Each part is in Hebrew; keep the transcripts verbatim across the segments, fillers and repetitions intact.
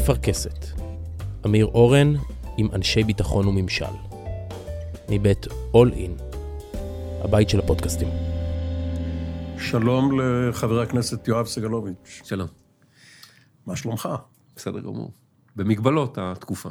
מפרקסת. אמיר אורן עם אנשי ביטחון וממשל. מבית All In, הבית של הפודקאסטים. שלום לחבר הכנסת יואב סגלוביץ'. שלום. מה שלומך? בסדר גמור. במגבלות התקופה.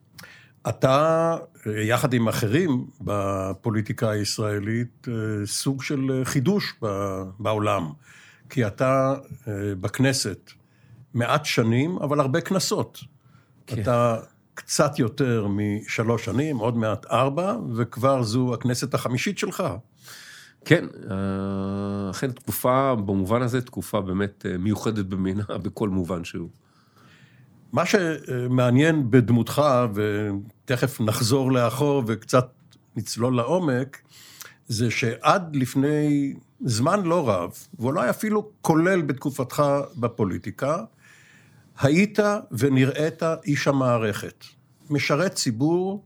אתה, יחד עם אחרים בפוליטיקה הישראלית, סוג של חידוש בעולם. כי אתה בכנסת מעט שנים, אבל הרבה כנסות. כן. אתה קצת יותר משלוש שנים, עוד מעט ארבע, וכבר זו הכנסת החמישית שלך. כן, אכן תקופה, במובן הזה, תקופה באמת מיוחדת במינה, בכל מובן שהוא. מה שמעניין בדמותך, ותכף נחזור לאחור וקצת נצלול לעומק, זה שעד לפני זמן לא רב, ואולי אפילו כולל בתקופתך בפוליטיקה, היית ונראית איש המערכת. משרת ציבור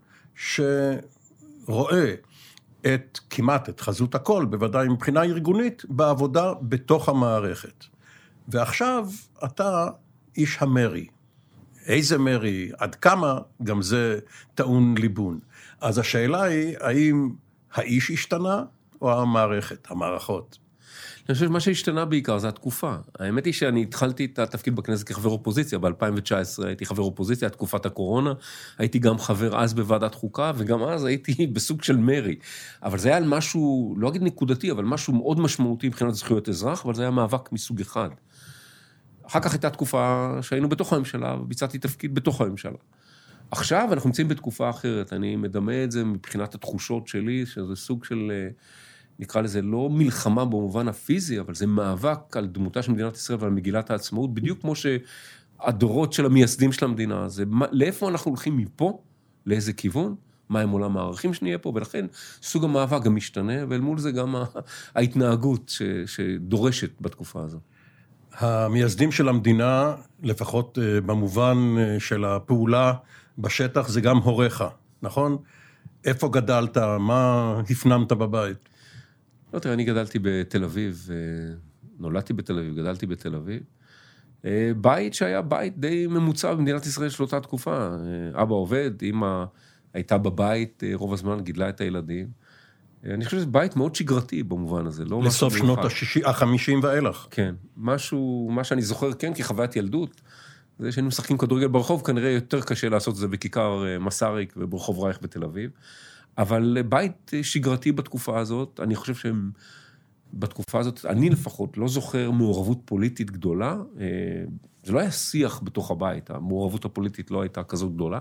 שרואה את כמעט את חזות הכל, בוודאי מבחינה ארגונית, בעבודה בתוך המערכת. ועכשיו אתה איש המרי. איזה מרי, עד כמה, גם זה טעון ליבון. אז השאלה היא, האם האיש השתנה או המערכת, המערכות? אני חושב שמה שהשתנה בעיקר זה התקופה. האמת היא שאני התחלתי את התפקיד בכנסת כחבר אופוזיציה, ב-אלפיים תשע עשרה הייתי חבר אופוזיציה, תקופת הקורונה, הייתי גם חבר אז בוועדת חוקה, וגם אז הייתי בסוג של מרי. אבל זה היה על משהו, לא אגיד נקודתי, אבל משהו מאוד משמעותי מבחינת זכויות אזרח, אבל זה היה מאבק מסוג אחד. אחר כך הייתה תקופה שהיינו בתוך הממשלה, וביצעתי תפקיד בתוך הממשלה. עכשיו אנחנו נמצאים בתקופה אחרת, אני מדמה את זה מבחינת התחושות שלי, שזה סוג של, נקרא לזה, לא מלחמה במובן הפיזי, אבל זה מאבק על דמותה של מדינת ישראל ועל מגילת העצמאות, בדיוק כמו שהדורות של המייסדים של המדינה, זה לאיפה אנחנו הולכים מפה, לאיזה כיוון, מה הם עולם הערכים שנהיה פה, ולכן סוג המאבק גם משתנה, ואל מול זה גם ההתנהגות ש, שדורשת בתקופה הזו. המייסדים של המדינה, לפחות במובן של הפעולה בשטח, זה גם הוריך, נכון? איפה גדלת? מה הפנמת בבית? לא, תראה, אני גדלתי בתל אביב, נולדתי בתל אביב, גדלתי בתל אביב. בית שהיה בית די ממוצע במדינת ישראל של אותה תקופה. אבא עובד, אמא הייתה בבית רוב הזמן, גידלה את הילדים. אני חושב שזה בית מאוד שגרתי במובן הזה. לא לסוף שנות ה-חמישים ואילך. כן. משהו, מה שאני זוכר, כן, כחוויית ילדות, זה שהיינו משחקים כדורגל ברחוב, כנראה יותר קשה לעשות את זה בכיכר מסריק וברחוב רייך בתל אביב. אבל בית שגרתי בתקופה הזאת, אני חושב שהם, בתקופה הזאת, אני לפחות לא זוכר מעורבות פוליטית גדולה. זה לא היה שיח בתוך הבית, המעורבות הפוליטית לא הייתה כזאת גדולה.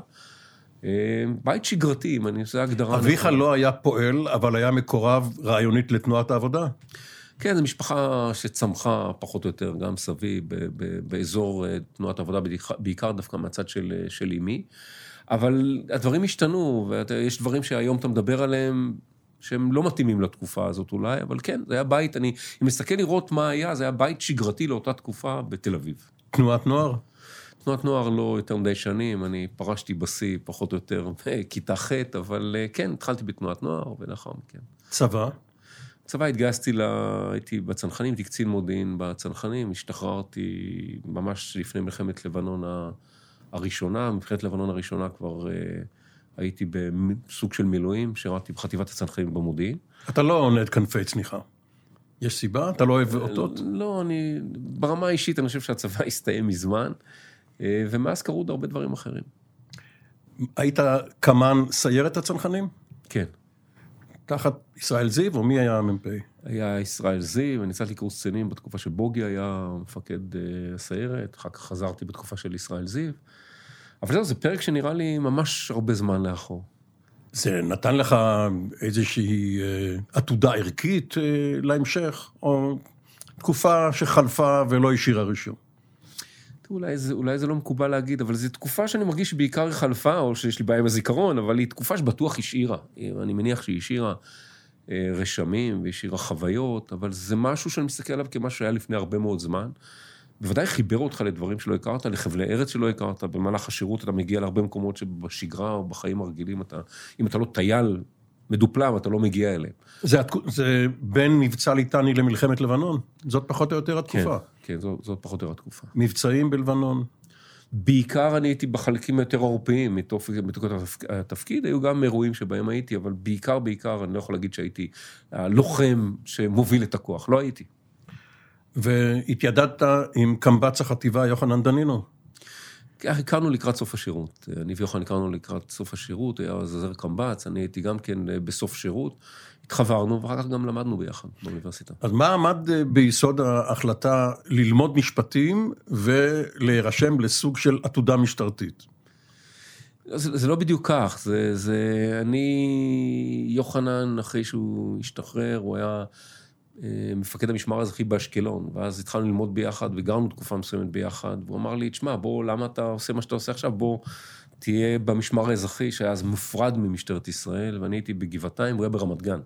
בית שגרתי, אם אני עושה הגדרה. אביך לא היה פועל, אבל היה מקורב רעיונית לתנועת העבודה? כן, זו משפחה שצמחה פחות או יותר, גם סביב, באזור תנועת העבודה, בעיקר דווקא מהצד של, של אמי. אבל הדברים השתנו, ויש דברים שהיום אתה מדבר עליהם, שהם לא מתאימים לתקופה הזאת אולי, אבל כן, זה היה בית, אני, אם מסתכל לראות מה היה, זה היה בית שגרתי לאותה תקופה בתל אביב. תנועת נוער? תנועת נוער לא יותר מדי שנים, אני פרשתי בסי פחות או יותר כיתה ח', אבל כן, התחלתי בתנועת נוער, ולאחר מכן. צבא? צבא התגייסתי, לה, הייתי בצנחנים, הייתי קצין מודיעין בצנחנים, השתחררתי ממש לפני מלחמת לבנון הראשונה, מלחמת לבנון הראשונה כבר הייתי בסוג של מילואים, שירתי בחטיבת הצנחנים במודיעין. אתה לא עונה את כנפי צניחה. יש סיבה? אתה לא אוהב אותות? לא, אני, ברמה האישית אני חושב שהצבא הסתיים מזמן, ומאז קרו עוד הרבה דברים אחרים. היית כמן סיירת הצנחנים? כן. תחת ישראל זיו, או מי היה המ"פ? היה ישראל זיו, אני יצאתי קורס קצינים בתקופה שבוגי היה מפקד הסיירת, אחר כך חזרתי בתקופה של ישראל זיו, אבל זהו, זה פרק שנראה לי ממש הרבה זמן לאחור. זה נתן לך איזושהי עתודה ערכית להמשך, או תקופה שחלפה ולא השאירה רישום? אולי זה, אולי זה לא מקובל להגיד, אבל זו תקופה שאני מרגיש שבעיקר היא חלפה, או שיש לי בעיה עם הזיכרון, אבל היא תקופה שבטוח השאירה. אני מניח שהיא השאירה רשמים, והשאירה חוויות, אבל זה משהו שאני מסתכל עליו כמשהו שהיה לפני הרבה מאוד זמן. בוודאי חיבר אותך לדברים שלא הכרת, לחבלי ארץ שלא הכרת, במהלך השירות אתה מגיע להרבה מקומות שבשגרה או בחיים הרגילים, אתה, אם אתה לא טייל מדופלם, אתה לא מגיע אליהם. זה, זה בין מבצע ליטני למלחמת לבנון? זאת פחות או יותר התקופה. כן, כן, זאת, זאת פחות או יותר התקופה. מבצעים בלבנון? בעיקר אני הייתי בחלקים יותר עורפיים מתוך התפקיד, היו גם אירועים שבהם הייתי, אבל בעיקר, בעיקר, אני לא יכול להגיד שהייתי הלוחם שמוביל את הכוח, לא הייתי. והתיידדת עם קמב"ץ החטיבה יוחנן דנינו? הכרנו לקראת סוף השירות, אני ויוחנן הכרנו לקראת סוף השירות, היה עוזר קמב"ץ, אני הייתי גם כן בסוף שירות, התחברנו ואחר כך גם למדנו ביחד באוניברסיטה. אז מה עמד ביסוד ההחלטה ללמוד משפטים ולהירשם לסוג של עתודה משטרתית? זה, זה לא בדיוק כך, זה, זה, אני, יוחנן, אחרי שהוא השתחרר, הוא היה מפקד המשמר האזרחי באשקלון, ואז התחלנו ללמוד ביחד, וגרנו תקופה מסוימת ביחד, והוא אמר לי, תשמע, בוא, למה אתה עושה מה שאתה עושה עכשיו? בוא, תהיה במשמר האזרחי, שהיה אז מופרד ממשטרת ישראל, ואני הייתי בגבעתיים, הוא היה ברמת גן.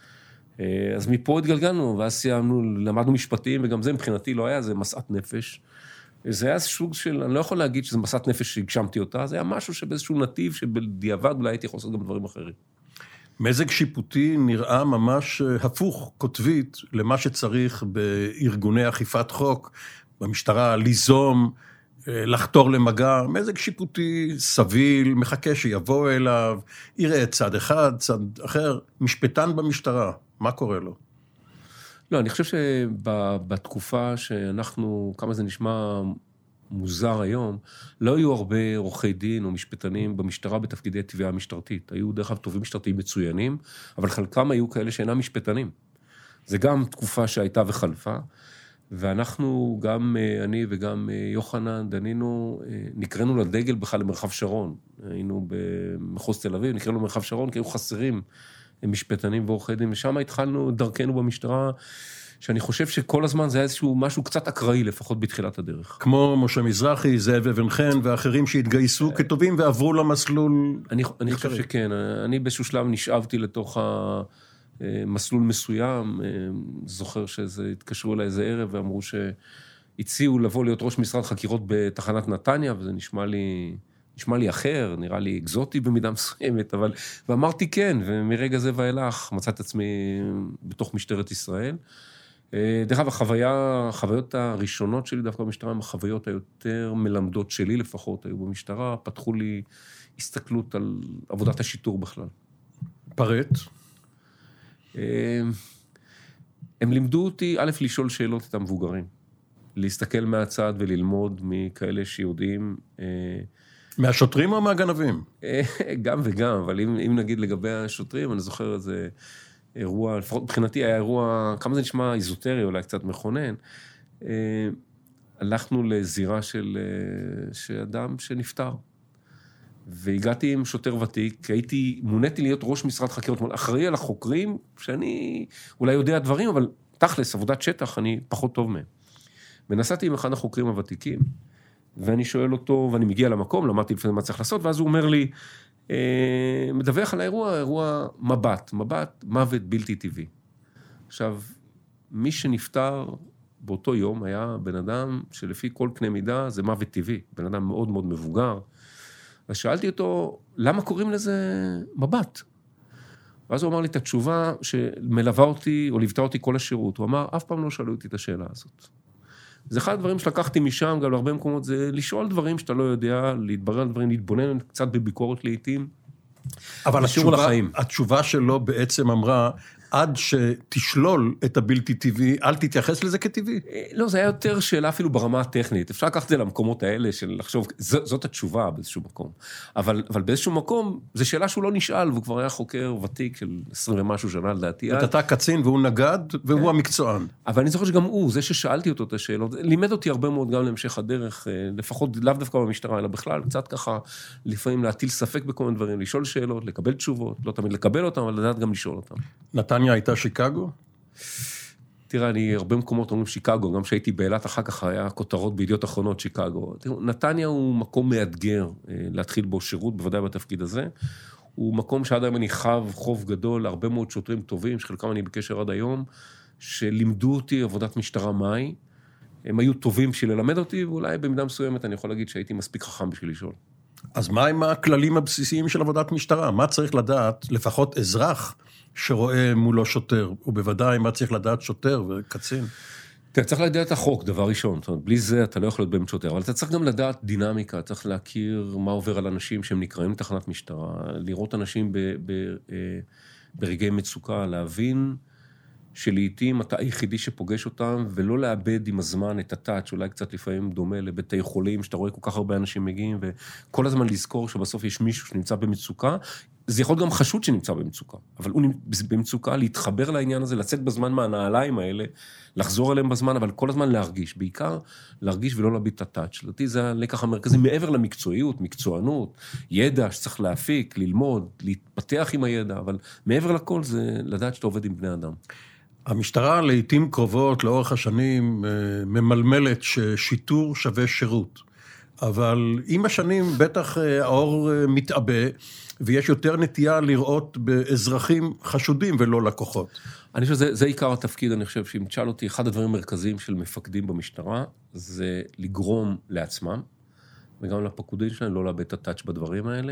אז מפה התגלגלנו, ואז סיימנו, למדנו משפטים, וגם זה מבחינתי לא היה, זה מסעת נפש. זה היה סוג של, אני לא יכול להגיד שזה מסעת נפש שהגשמתי אותה, זה היה משהו שבאיזשהו נתיב, שבדיעבד אולי הייתי יכול לעשות גם דברים אחרים. מזג שיפוטי נראה ממש הפוך, כותבית, למה שצריך בארגוני אכיפת חוק, במשטרה, ליזום, לחתור למגע, מזג שיפוטי סביל, מחכה שיבוא אליו, יראה צד אחד, צד אחר, משפטן במשטרה, מה קורה לו? לא, אני חושב שבתקופה שאנחנו, כמה זה נשמע מוזר היום, לא היו הרבה עורכי דין או משפטנים במשטרה בתפקידי תביעה משטרתית. היו דרך אגב טובים משטרתיים מצוינים, אבל חלקם היו כאלה שאינם משפטנים. זה גם תקופה שהייתה וחלפה, ואנחנו, גם אני וגם יוחנן דנינו, נקראנו לדגל בכלל למרחב שרון. היינו במחוז תל אביב, נקראנו למרחב שרון, כי היו חסרים משפטנים ועורכי דין, ושם התחלנו דרכנו במשטרה, שאני חושב שכל הזמן זה היה איזשהו משהו קצת אקראי, לפחות בתחילת הדרך. כמו משה מזרחי, זאב אבן חן, ואחרים שהתגייסו כטובים ועברו למסלול... אני, אני חושב שכן, אני באיזשהו שלב נשאבתי לתוך המסלול מסוים, זוכר שזה התקשרו אליי איזה ערב, ואמרו שהציעו לבוא להיות ראש משרד חקירות בתחנת נתניה, וזה נשמע לי... נשמע לי אחר, נראה לי אקזוטי במידה מסוימת, אבל, ואמרתי כן, ומרגע זה ואילך מצאתי עצמי בתוך משטרת ישראל. דרך אגב, החוויה, החוויות הראשונות שלי דווקא במשטרה, הן החוויות היותר מלמדות שלי לפחות, היו במשטרה, פתחו לי הסתכלות על עבודת השיטור בכלל. פרט? הם לימדו אותי, א', לשאול שאלות את המבוגרים, להסתכל מהצד וללמוד מכאלה שיודעים, מהשוטרים או מהגנבים? גם וגם, אבל אם, אם נגיד לגבי השוטרים, אני זוכר איזה אירוע, לפחות מבחינתי היה אירוע, כמה זה נשמע איזוטרי, אולי קצת מכונן, הלכנו לזירה של, של אדם שנפטר, והגעתי עם שוטר ותיק, הייתי, מוניתי להיות ראש משרד חקירות, אחראי על החוקרים, שאני אולי יודע דברים, אבל תכלס, עבודת שטח, אני פחות טוב מהם. ונסעתי עם אחד החוקרים הוותיקים, ואני שואל אותו, ואני מגיע למקום, למדתי לפני מה צריך לעשות, ואז הוא אומר לי, אה, מדווח על האירוע, אירוע מבט, מבט, מוות בלתי טבעי. עכשיו, מי שנפטר באותו יום היה בן אדם שלפי כל קנה מידה זה מוות טבעי, בן אדם מאוד מאוד מבוגר. אז שאלתי אותו, למה קוראים לזה מבט? ואז הוא אמר לי את התשובה שמלווה אותי, או ליוותה אותי כל השירות. הוא אמר, אף פעם לא שאלו אותי את השאלה הזאת. זה אחד הדברים שלקחתי משם, גם להרבה מקומות, זה לשאול דברים שאתה לא יודע, להתברר על דברים, להתבונן קצת בביקורת לעתים. אבל התשובה, התשובה שלו בעצם אמרה, עד שתשלול את הבלתי טבעי, אל תתייחס לזה כטבעי. לא, זה היה יותר שאלה אפילו ברמה הטכנית. אפשר לקחת את זה למקומות האלה של לחשוב, זאת התשובה באיזשהו מקום. אבל, אבל באיזשהו מקום, זו שאלה שהוא לא נשאל, והוא כבר היה חוקר ותיק של עשרים ומשהו שנה לדעתי. אתה קצין והוא נגד, והוא המקצוען. אבל אני זוכר שגם הוא, זה ששאלתי אותו את השאלות, לימד אותי הרבה מאוד גם להמשך הדרך, לפחות לאו דווקא במשטרה, אלא בכלל, קצת ככה, לפעמים להטיל ספק בכל מיני דברים, לשאול שאלות, לקבל תשובות, לא תמיד לקבל אותם, אבל לדעת גם לשאול אותם. נתניה הייתה שיקגו? תראה, אני הרבה מקומות אומרים שיקגו, גם שהייתי באילת אחר כך היה כותרות בידיעות אחרונות שיקגו. תראו, נתניה הוא מקום מאתגר להתחיל בו שירות, בוודאי בתפקיד הזה. הוא מקום שעד היום אני חב חוב גדול, הרבה מאוד שוטרים טובים, שחלקם אני בקשר עד היום, שלימדו אותי עבודת משטרה מהי. הם היו טובים בשביל ללמד אותי, ואולי במידה מסוימת אני יכול להגיד שהייתי מספיק חכם בשביל לשאול. אז מה עם הכללים הבסיסיים של עבודת משטרה? מה צריך לדעת, לפחות אזרח, שרואה מולו שוטר, ובוודאי מה צריך לדעת שוטר וקצין? אתה צריך לדעת את החוק, דבר ראשון, זאת אומרת, בלי זה אתה לא יכול להיות באמת שוטר, אבל אתה צריך גם לדעת דינמיקה, צריך להכיר מה עובר על אנשים שהם נקראים לתחנת משטרה, לראות אנשים ב, ב, ברגעי מצוקה, להבין שלעיתים אתה היחידי שפוגש אותם, ולא לאבד עם הזמן את הטאץ', אולי קצת לפעמים דומה לבתי חולים, שאתה רואה כל כך הרבה אנשים מגיעים, וכל הזמן לזכור שבסוף יש מישהו שנמצא במצוקה, זה יכול גם חשוד שנמצא במצוקה, אבל הוא במצוקה להתחבר לעניין הזה, לצאת בזמן מהנעליים האלה, לחזור אליהם בזמן, אבל כל הזמן להרגיש, בעיקר להרגיש ולא להביט את הטאץ'. לדעתי זה הלקח המרכזי, מעבר למקצועיות, מקצוענות, ידע שצריך להפיק, ללמוד, להתפתח עם הידע, אבל מעבר לכל זה לדעת שאתה עובד עם בני אדם. המשטרה לעתים קרובות לאורך השנים ממלמלת ששיטור שווה שירות, אבל עם השנים בטח האור מתעבה, ויש יותר נטייה לראות באזרחים חשודים ולא לקוחות. אני חושב שזה, זה עיקר התפקיד, אני חושב שאם תשאל אותי, אחד הדברים המרכזיים של מפקדים במשטרה, זה לגרום לעצמם, וגם לפקודים שלהם לא לאבד את הטאץ' בדברים האלה.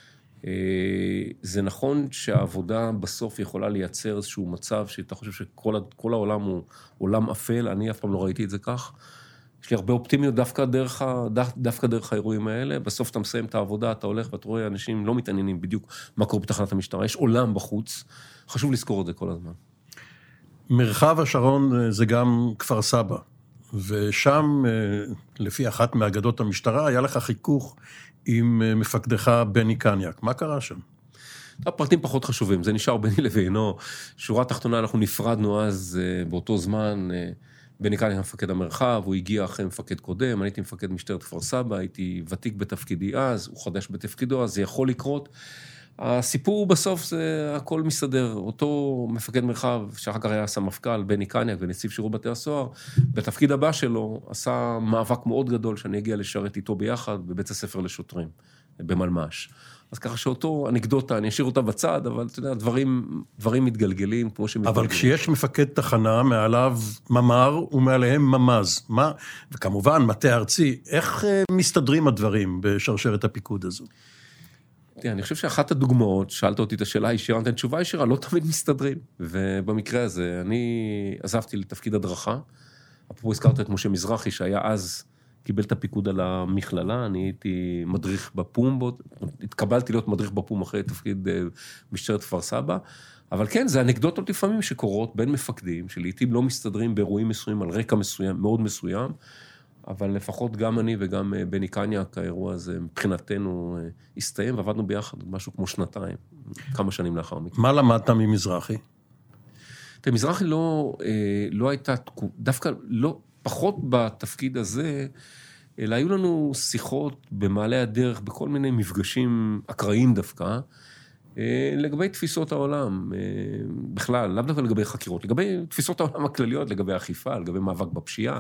זה נכון שהעבודה בסוף יכולה לייצר איזשהו מצב שאתה חושב שכל כל העולם הוא עולם אפל, אני אף פעם לא ראיתי את זה כך. יש לי הרבה אופטימיות דווקא דרך, דווקא דרך האירועים האלה. בסוף אתה מסיים את העבודה, אתה הולך ואתה רואה אנשים לא מתעניינים בדיוק מה קורה בתחנת המשטרה. יש עולם בחוץ, חשוב לזכור את זה כל הזמן. מרחב השרון זה גם כפר סבא, ושם, לפי אחת מאגדות המשטרה, היה לך חיכוך עם מפקדך בני קניאק. מה קרה שם? הפרטים פחות חשובים, זה נשאר ביני לבינו. שורה תחתונה, אנחנו נפרדנו אז באותו זמן, בני קניאק מפקד המרחב, הוא הגיע אחרי מפקד קודם, אני הייתי מפקד משטרת כפר סבא, הייתי ותיק בתפקידי אז, הוא חדש בתפקידו, אז זה יכול לקרות. הסיפור בסוף זה הכל מסתדר, אותו מפקד מרחב, שאחר כך היה סמפכ"ל, בני קניאק ונציב שירות בתי הסוהר, בתפקיד הבא שלו עשה מאבק מאוד גדול, שאני הגיע לשרת איתו ביחד, בבית הספר לשוטרים, במלמ"ש. אז ככה שאותו אנקדוטה, אני אשאיר אותה בצד, אבל אתה יודע, דברים, דברים מתגלגלים, כמו שמתגלגלים. אבל כשיש מפקד תחנה, מעליו ממר ומעליהם ממז, מה, וכמובן, מטה ארצי, איך מסתדרים הדברים בשרשרת הפיקוד הזו? אני חושב שאחת הדוגמאות, שאלת אותי את השאלה הישירה, נתן תשובה ישירה, לא תמיד מסתדרים. ובמקרה הזה, אני עזבתי לתפקיד הדרכה, אפרופו הזכרת את משה מזרחי, שהיה אז, קיבל את הפיקוד על המכללה, אני הייתי מדריך בפום, התקבלתי להיות מדריך בפום אחרי תפקיד משטרת כפר סבא, אבל כן, זה אנקדוטות לפעמים שקורות בין מפקדים, שלעיתים לא מסתדרים באירועים מסוימים, על רקע מסוים, מאוד מסוים, אבל לפחות גם אני וגם בני קניאק, האירוע הזה מבחינתנו הסתיים, ועבדנו ביחד משהו כמו שנתיים, כמה שנים לאחר מכן. מה למדת ממזרחי? תראה, מזרחי לא, לא הייתה, דווקא לא, פחות בתפקיד הזה, אלא היו לנו שיחות במעלה הדרך, בכל מיני מפגשים אקראיים דווקא, לגבי תפיסות העולם, בכלל, לאו דווקא לגבי חקירות, לגבי תפיסות העולם הכלליות, לגבי אכיפה, לגבי מאבק בפשיעה,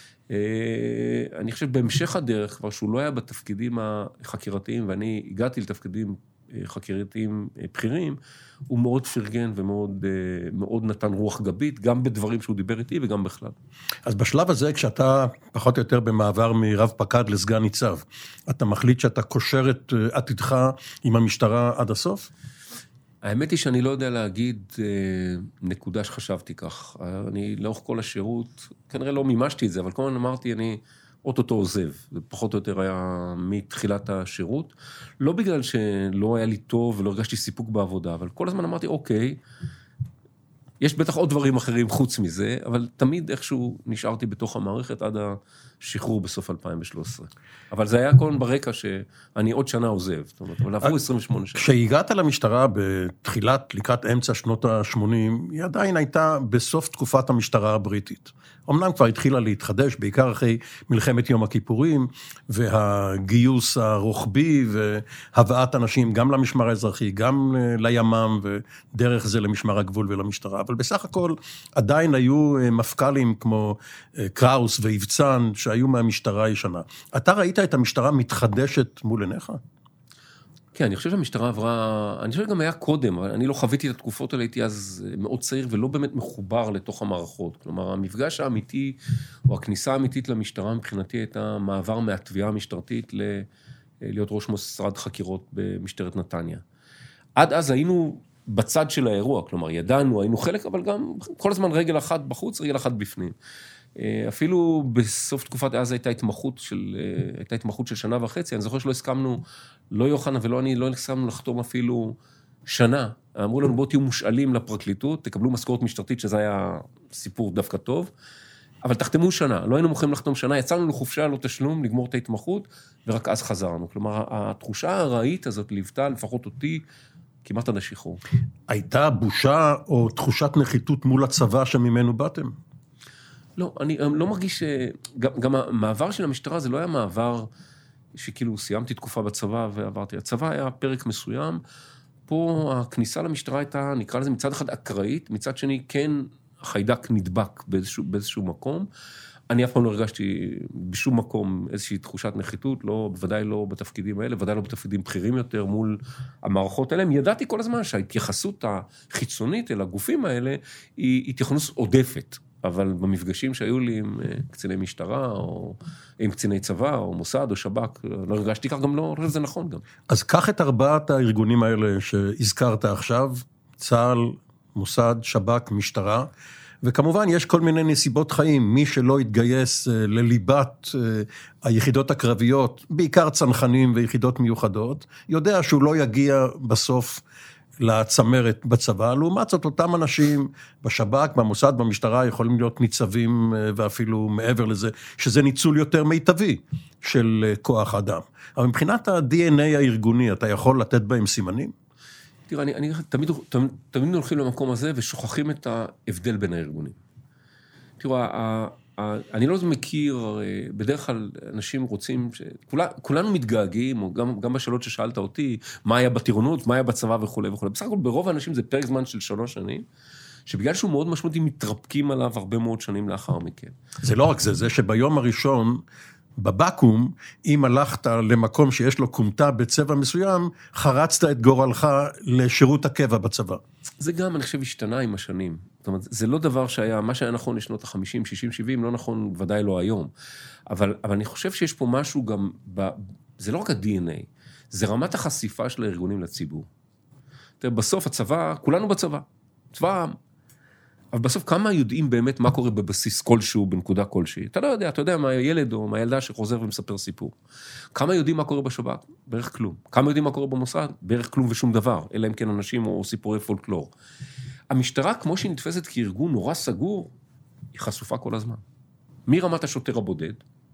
אני חושב בהמשך הדרך, כבר שהוא לא היה בתפקידים החקירתיים, ואני הגעתי לתפקידים חקירתיים בכירים, הוא מאוד פרגן ומאוד מאוד נתן רוח גבית, גם בדברים שהוא דיבר איתי וגם בכלל. אז בשלב הזה, כשאתה פחות או יותר במעבר מרב פקד לסגן ניצב, אתה מחליט שאתה קושר את עתידך עם המשטרה עד הסוף? האמת היא שאני לא יודע להגיד נקודה שחשבתי כך. אני לאורך כל השירות, כנראה לא מימשתי את זה, אבל כל הזמן אמרתי, אני אוטוטו עוזב. זה פחות או יותר היה מתחילת השירות. לא בגלל שלא היה לי טוב ולא הרגשתי סיפוק בעבודה, אבל כל הזמן אמרתי, אוקיי, יש בטח עוד דברים אחרים חוץ מזה, אבל תמיד איכשהו נשארתי בתוך המערכת עד השחרור בסוף אלפיים ושלוש עשרה. אבל זה היה כל ברקע שאני עוד שנה עוזב, זאת אומרת, אבל עברו עשרים ושמונה שנה. כשהגעת למשטרה בתחילת, לקראת אמצע שנות ה-שמונים, היא עדיין הייתה בסוף תקופת המשטרה הבריטית. אמנם כבר התחילה להתחדש, בעיקר אחרי מלחמת יום הכיפורים, והגיוס הרוחבי, והבאת אנשים גם למשמר האזרחי, גם לימ"מ, ודרך זה למשמר הגבול ולמשטרה. אבל בסך הכל עדיין היו מפכ"לים כמו קראוס ויבצן, שהיו מהמשטרה הישנה. אתה ראית את המשטרה מתחדשת מול עיניך? כן, אני חושב שהמשטרה עברה, אני חושב שגם היה קודם, אני לא חוויתי את התקופות האלה, הייתי אז מאוד צעיר ולא באמת מחובר לתוך המערכות. כלומר, המפגש האמיתי, או הכניסה האמיתית למשטרה, מבחינתי הייתה מעבר מהתביעה המשטרתית ל... להיות ראש משרד חקירות במשטרת נתניה. עד אז היינו בצד של האירוע, כלומר, ידענו, היינו חלק, אבל גם כל הזמן רגל אחת בחוץ, רגל אחת בפנים. אפילו בסוף תקופת אז הייתה התמחות של, הייתה התמחות של שנה וחצי, אני זוכר שלא הסכמנו, לא יוחנן ולא אני, לא הסכמנו לחתום אפילו שנה. אמרו לנו, בואו תהיו מושאלים לפרקליטות, תקבלו משכורת משטרתית, שזה היה סיפור דווקא טוב, אבל תחתמו שנה, לא היינו מוכנים לחתום שנה, יצאנו לחופשה, לא תשלום, לגמור את ההתמחות, ורק אז חזרנו. כלומר, התחושה הרעית הזאת ליוותה, לפחות אותי, כמעט עד השחרור. הייתה בושה או תחושת נחיתות מול הצבא שממנו באתם? לא, אני לא מרגיש ש... גם, גם המעבר של המשטרה זה לא היה מעבר שכאילו סיימתי תקופה בצבא ועברתי. הצבא היה פרק מסוים, פה הכניסה למשטרה הייתה, נקרא לזה מצד אחד אקראית, מצד שני כן החיידק נדבק באיזשהו, באיזשהו מקום. אני אף פעם לא הרגשתי בשום מקום איזושהי תחושת נחיתות, לא, בוודאי לא בתפקידים האלה, בוודאי לא בתפקידים בכירים יותר מול המערכות האלה. ידעתי כל הזמן שההתייחסות החיצונית אל הגופים האלה היא התייחסות עודפת. אבל במפגשים שהיו לי עם קציני משטרה, או עם קציני צבא, או מוסד, או שב"כ, לא הרגשתי כך, גם לא, לא זה נכון גם. אז קח את ארבעת הארגונים האלה שהזכרת עכשיו, צה"ל, מוסד, שב"כ, משטרה, וכמובן יש כל מיני נסיבות חיים, מי שלא יתגייס לליבת היחידות הקרביות, בעיקר צנחנים ויחידות מיוחדות, יודע שהוא לא יגיע בסוף לצמרת בצבא, לעומת זאת אותם אנשים בשב"כ, במוסד, במשטרה, יכולים להיות ניצבים ואפילו מעבר לזה, שזה ניצול יותר מיטבי של כוח אדם. אבל מבחינת ה-די אן איי הארגוני, אתה יכול לתת בהם סימנים? תראה, אני, אני תמיד, תמיד, תמיד הולכים למקום הזה ושוכחים את ההבדל בין הארגונים. תראה, אני לא מכיר, בדרך כלל אנשים רוצים, שכולה, כולנו מתגעגעים, או גם, גם בשאלות ששאלת אותי, מה היה בטירונות, מה היה בצבא וכו' וכו'. בסך הכל ברוב האנשים זה פרק זמן של שלוש שנים, שבגלל שהוא מאוד משמעותי, מתרפקים עליו הרבה מאוד שנים לאחר מכן. זה לא רק זה, זה שביום הראשון, בבקום, אם הלכת למקום שיש לו קומטה בצבע מסוים, חרצת את גורלך לשירות הקבע בצבא. זה גם, אני חושב, השתנה עם השנים. זאת אומרת, זה לא דבר שהיה, מה שהיה נכון לשנות ה-חמישים, שישים, שבעים, לא נכון, ודאי לא היום. אבל, אבל אני חושב שיש פה משהו גם, ב, זה לא רק ה-די אן איי, זה רמת החשיפה של הארגונים לציבור. תראה, בסוף הצבא, כולנו בצבא, צבא העם. אבל בסוף כמה יודעים באמת מה קורה בבסיס כלשהו, בנקודה כלשהי? אתה לא יודע, אתה יודע מה הילד או מה הילדה שחוזר ומספר סיפור. כמה יודעים מה קורה בשב"כ? בערך כלום. כמה יודעים מה קורה במוסד? בערך כלום ושום דבר, אלא אם כן אנשים או סיפורי פולקלור. המשטרה, כמו שהיא נתפסת כארגון נורא סגור, היא חשופה כל הזמן. מרמת השוטר הבודד,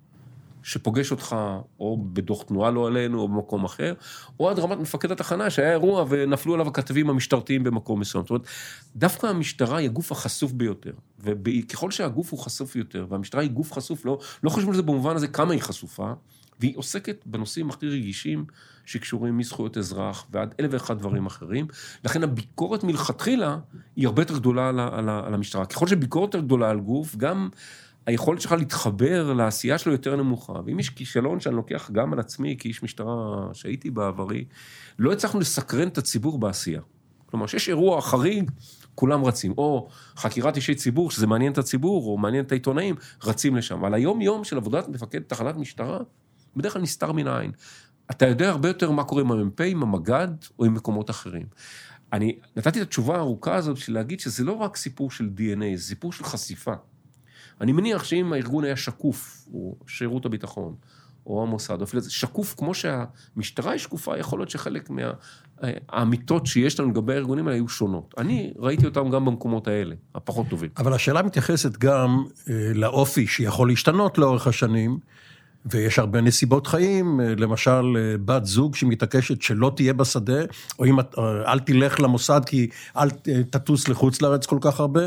שפוגש אותך או בדוח תנועה לא עלינו או במקום אחר, או עד רמת מפקד התחנה שהיה אירוע ונפלו עליו הכתבים המשטרתיים במקום מסוים. זאת אומרת, דווקא המשטרה היא הגוף החשוף ביותר, וככל שהגוף הוא חשוף יותר, והמשטרה היא גוף חשוף, לא, לא חושבים על זה במובן הזה כמה היא חשופה, והיא עוסקת בנושאים הכי רגישים שקשורים מזכויות אזרח ועד אלף ואחד דברים אחרים, לכן הביקורת מלכתחילה היא הרבה יותר גדולה על, על, על המשטרה. ככל שביקורת יותר גדולה על גוף, גם היכולת שלך להתחבר לעשייה שלו יותר נמוכה, ואם יש כישלון שאני לוקח גם על עצמי, כאיש משטרה שהייתי בעברי, לא הצלחנו לסקרן את הציבור בעשייה. כלומר, שיש אירוע חריג, כולם רצים, או חקירת אישי ציבור, שזה מעניין את הציבור, או מעניין את העיתונאים, רצים לשם. אבל היום יום של עבודת מפקד תחנת משטרה, בדרך כלל נסתר מן העין. אתה יודע הרבה יותר מה קורה עם המ"פ, עם המג"ד, או עם מקומות אחרים. אני נתתי את התשובה הארוכה הזאת, בשביל להגיד שזה לא רק סיפור של די אן איי, זה סיפור של חשיפה. אני מניח שאם הארגון היה שקוף, או שירות הביטחון, או המוסד, או אפילו זה שקוף, כמו שהמשטרה היא שקופה, יכול להיות שחלק מהאמיתות שיש לנו לגבי הארגונים האלה היו שונות. אני ראיתי אותם גם במקומות האלה, הפחות טובים. אבל השאלה מתייחסת גם לאופי שיכול להשתנות לאורך השנים, ויש הרבה נסיבות חיים, למשל בת זוג שמתעקשת שלא תהיה בשדה, או אם אל תלך למוסד כי אל תטוס לחוץ לארץ כל כך הרבה,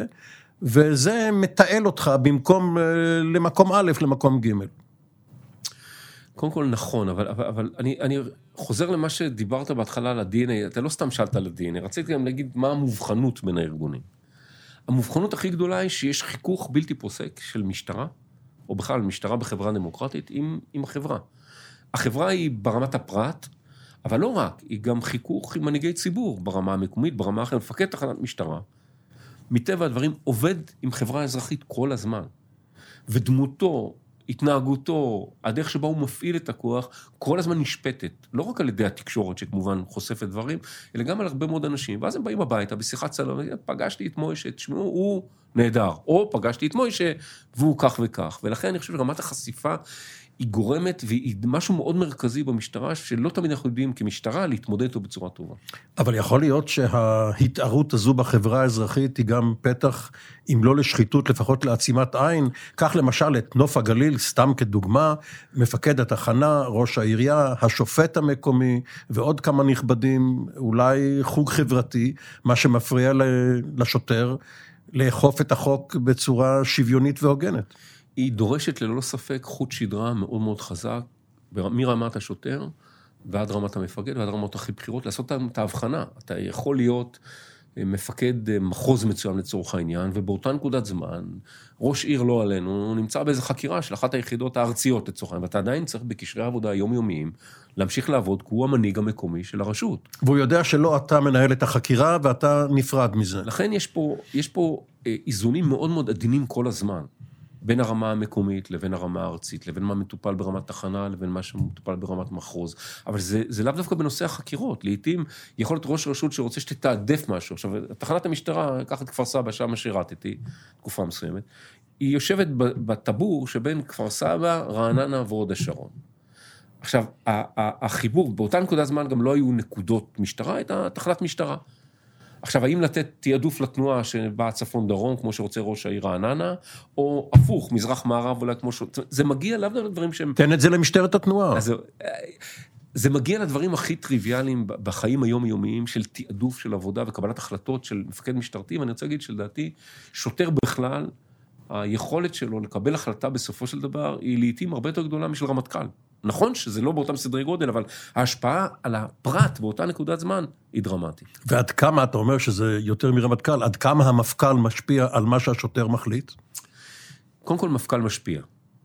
וזה מתעל אותך במקום למקום א', למקום ג'. קודם כל נכון, אבל, אבל, אבל אני, אני חוזר למה שדיברת בהתחלה על ה-די אן איי, אתה לא סתם שאלת על ה-די אן איי, רציתי גם להגיד מה המובחנות בין הארגונים. המובחנות הכי גדולה היא שיש חיכוך בלתי פוסק של משטרה, או בכלל משטרה בחברה דמוקרטית עם, עם החברה. החברה היא ברמת הפרט, אבל לא רק, היא גם חיכוך עם מנהיגי ציבור ברמה המקומית, ברמה אחרת, מפקד תחנת משטרה, מטבע הדברים עובד עם חברה אזרחית כל הזמן, ודמותו, התנהגותו, הדרך שבה הוא מפעיל את הכוח, כל הזמן נשפטת, לא רק על ידי התקשורת שכמובן חושפת דברים, אלא גם על הרבה מאוד אנשים, ואז הם באים הביתה, בשיחת צלם, פגשתי את מוישה, תשמעו, הוא נהדר. או פגשתי את מוישה, והוא כך וכך. ולכן אני חושב שרמת החשיפה היא גורמת, והיא משהו מאוד מרכזי במשטרה, שלא תמיד אנחנו יודעים כמשטרה להתמודד איתו בצורה טובה. אבל יכול להיות שההתערות הזו בחברה האזרחית היא גם פתח, אם לא לשחיתות, לפחות לעצימת עין. כך למשל את נוף הגליל, סתם כדוגמה, מפקד התחנה, ראש העירייה, השופט המקומי, ועוד כמה נכבדים, אולי חוג חברתי, מה שמפריע לשוטר, לאכוף את החוק בצורה שוויונית והוגנת. היא דורשת ללא ספק חוט שדרה מאוד מאוד חזק, מרמת השוטר ועד רמת המפקד ועד רמות הכי בחירות, לעשות את ההבחנה. אתה יכול להיות מפקד מחוז מצוין לצורך העניין, ובאותה נקודת זמן, ראש עיר לא עלינו, נמצא באיזו חקירה של אחת היחידות הארציות לצורך העניין, ואתה עדיין צריך בקשרי עבודה יומיומיים, להמשיך לעבוד, כי הוא המנהיג המקומי של הרשות. והוא יודע שלא אתה מנהל את החקירה, ואתה נפרד מזה. לכן יש פה, יש פה איזונים מאוד מאוד עדינים כל הזמן. בין הרמה המקומית לבין הרמה הארצית, לבין מה מטופל ברמת תחנה, לבין מה שמטופל ברמת מחוז. אבל זה, זה לאו דווקא בנושא החקירות. לעתים יכול להיות ראש רשות שרוצה שתתעדף משהו. עכשיו, תחנת המשטרה, קח את כפר סבא, שם שירתתי, תקופה מסוימת, היא יושבת בטבור שבין כפר סבא, רעננה ועוד השרון. עכשיו, החיבור, באותה נקודה זמן גם לא היו נקודות משטרה, הייתה תחנת משטרה. עכשיו, האם לתת תיעדוף לתנועה שבאה צפון דרום, כמו שרוצה ראש העיר רעננה, או הפוך, מזרח מערב, אולי כמו ש... זה מגיע לאו לדברים שהם... תן את זה למשטרת התנועה. אז, זה מגיע לדברים הכי טריוויאליים בחיים היומיומיים של תיעדוף של עבודה וקבלת החלטות של מפקד משטרתי, ואני רוצה להגיד שלדעתי, שוטר בכלל, היכולת שלו לקבל החלטה בסופו של דבר, היא לעתים הרבה יותר גדולה משל רמטכ"ל. נכון שזה לא באותם סדרי גודל, אבל ההשפעה על הפרט באותה נקודת זמן היא דרמטית. ועד כמה, אתה אומר שזה יותר מרמטכ"ל, עד כמה המפכ"ל משפיע על מה שהשוטר מחליט? קודם כל מפכ"ל משפיע.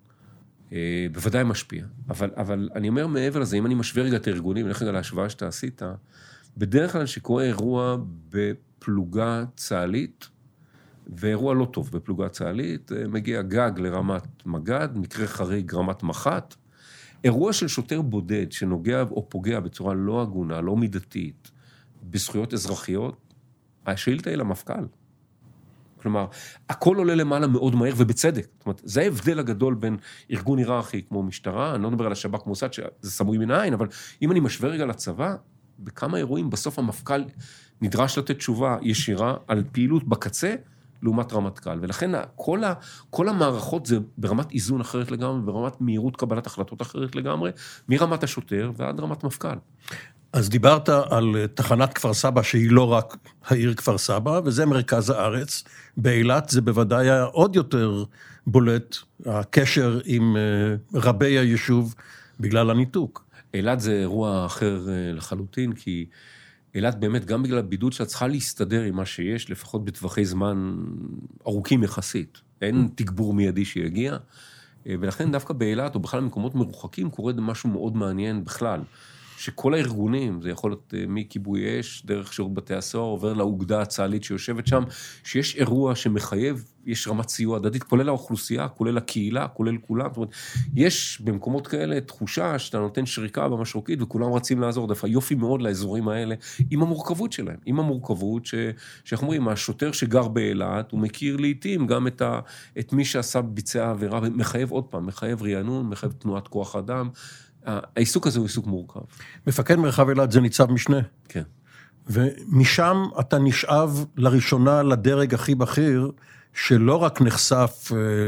בוודאי משפיע. אבל, אבל אני אומר מעבר לזה, אם אני משווה רגע את הארגונים, נלך רגע להשוואה שאתה עשית, בדרך כלל שקורה אירוע בפלוגה צה"לית, ואירוע לא טוב בפלוגה צה"לית, מגיע גג לרמת מג"ד, מקרה חריג רמת מח"ט, אירוע של שוטר בודד שנוגע או פוגע בצורה לא הגונה, לא מידתית, בזכויות אזרחיות, השאילתה היא למפכ"ל. כלומר, הכל עולה למעלה מאוד מהר ובצדק. זאת אומרת, זה ההבדל הגדול בין ארגון היררכי כמו משטרה, אני לא מדבר על השב"כ מוסד, שזה סמוי מן העין, אבל אם אני משווה רגע לצבא, בכמה אירועים בסוף המפכ"ל נדרש לתת תשובה ישירה על פעילות בקצה, לעומת רמטכ"ל, ולכן כל, ה, כל המערכות זה ברמת איזון אחרת לגמרי, ברמת מהירות קבלת החלטות אחרת לגמרי, מרמת השוטר ועד רמת מפכ"ל. אז דיברת על תחנת כפר סבא, שהיא לא רק העיר כפר סבא, וזה מרכז הארץ. באילת זה בוודאי היה עוד יותר בולט, הקשר עם רבי היישוב בגלל הניתוק. אילת זה אירוע אחר לחלוטין, כי אילת באמת, גם בגלל הבידוד שאת צריכה להסתדר עם מה שיש, לפחות בטווחי זמן ארוכים יחסית. אין תגבור מיידי שיגיע, ולכן דווקא באילת, או בכלל במקומות מרוחקים, קורה משהו מאוד מעניין בכלל, שכל הארגונים, זה יכול להיות מכיבוי אש, דרך שירות בתי הסוהר, עובר לאוגדה הצה"לית שיושבת שם, שיש אירוע שמחייב, יש רמת סיוע הדדית, כולל האוכלוסייה, כולל הקהילה, כולל כולם. זאת אומרת, יש במקומות כאלה תחושה שאתה נותן שריקה במשרוקית, וכולם רצים לעזור. דווקא יופי מאוד לאזורים האלה, עם המורכבות שלהם, עם המורכבות ש, שאנחנו אומרים, השוטר שגר באילת, הוא מכיר לעתים גם את, ה, את מי שעשה ביצע עבירה, מחייב עוד פעם, מחייב רענון, מחייב תנועת כוח אדם. העיסוק הזה הוא עיסוק מורכב. מפקד מרחב אילת זה ניצב משנה. כן. ומשם אתה נשאב לראשונה לדרג הכי בכיר, שלא רק נחשף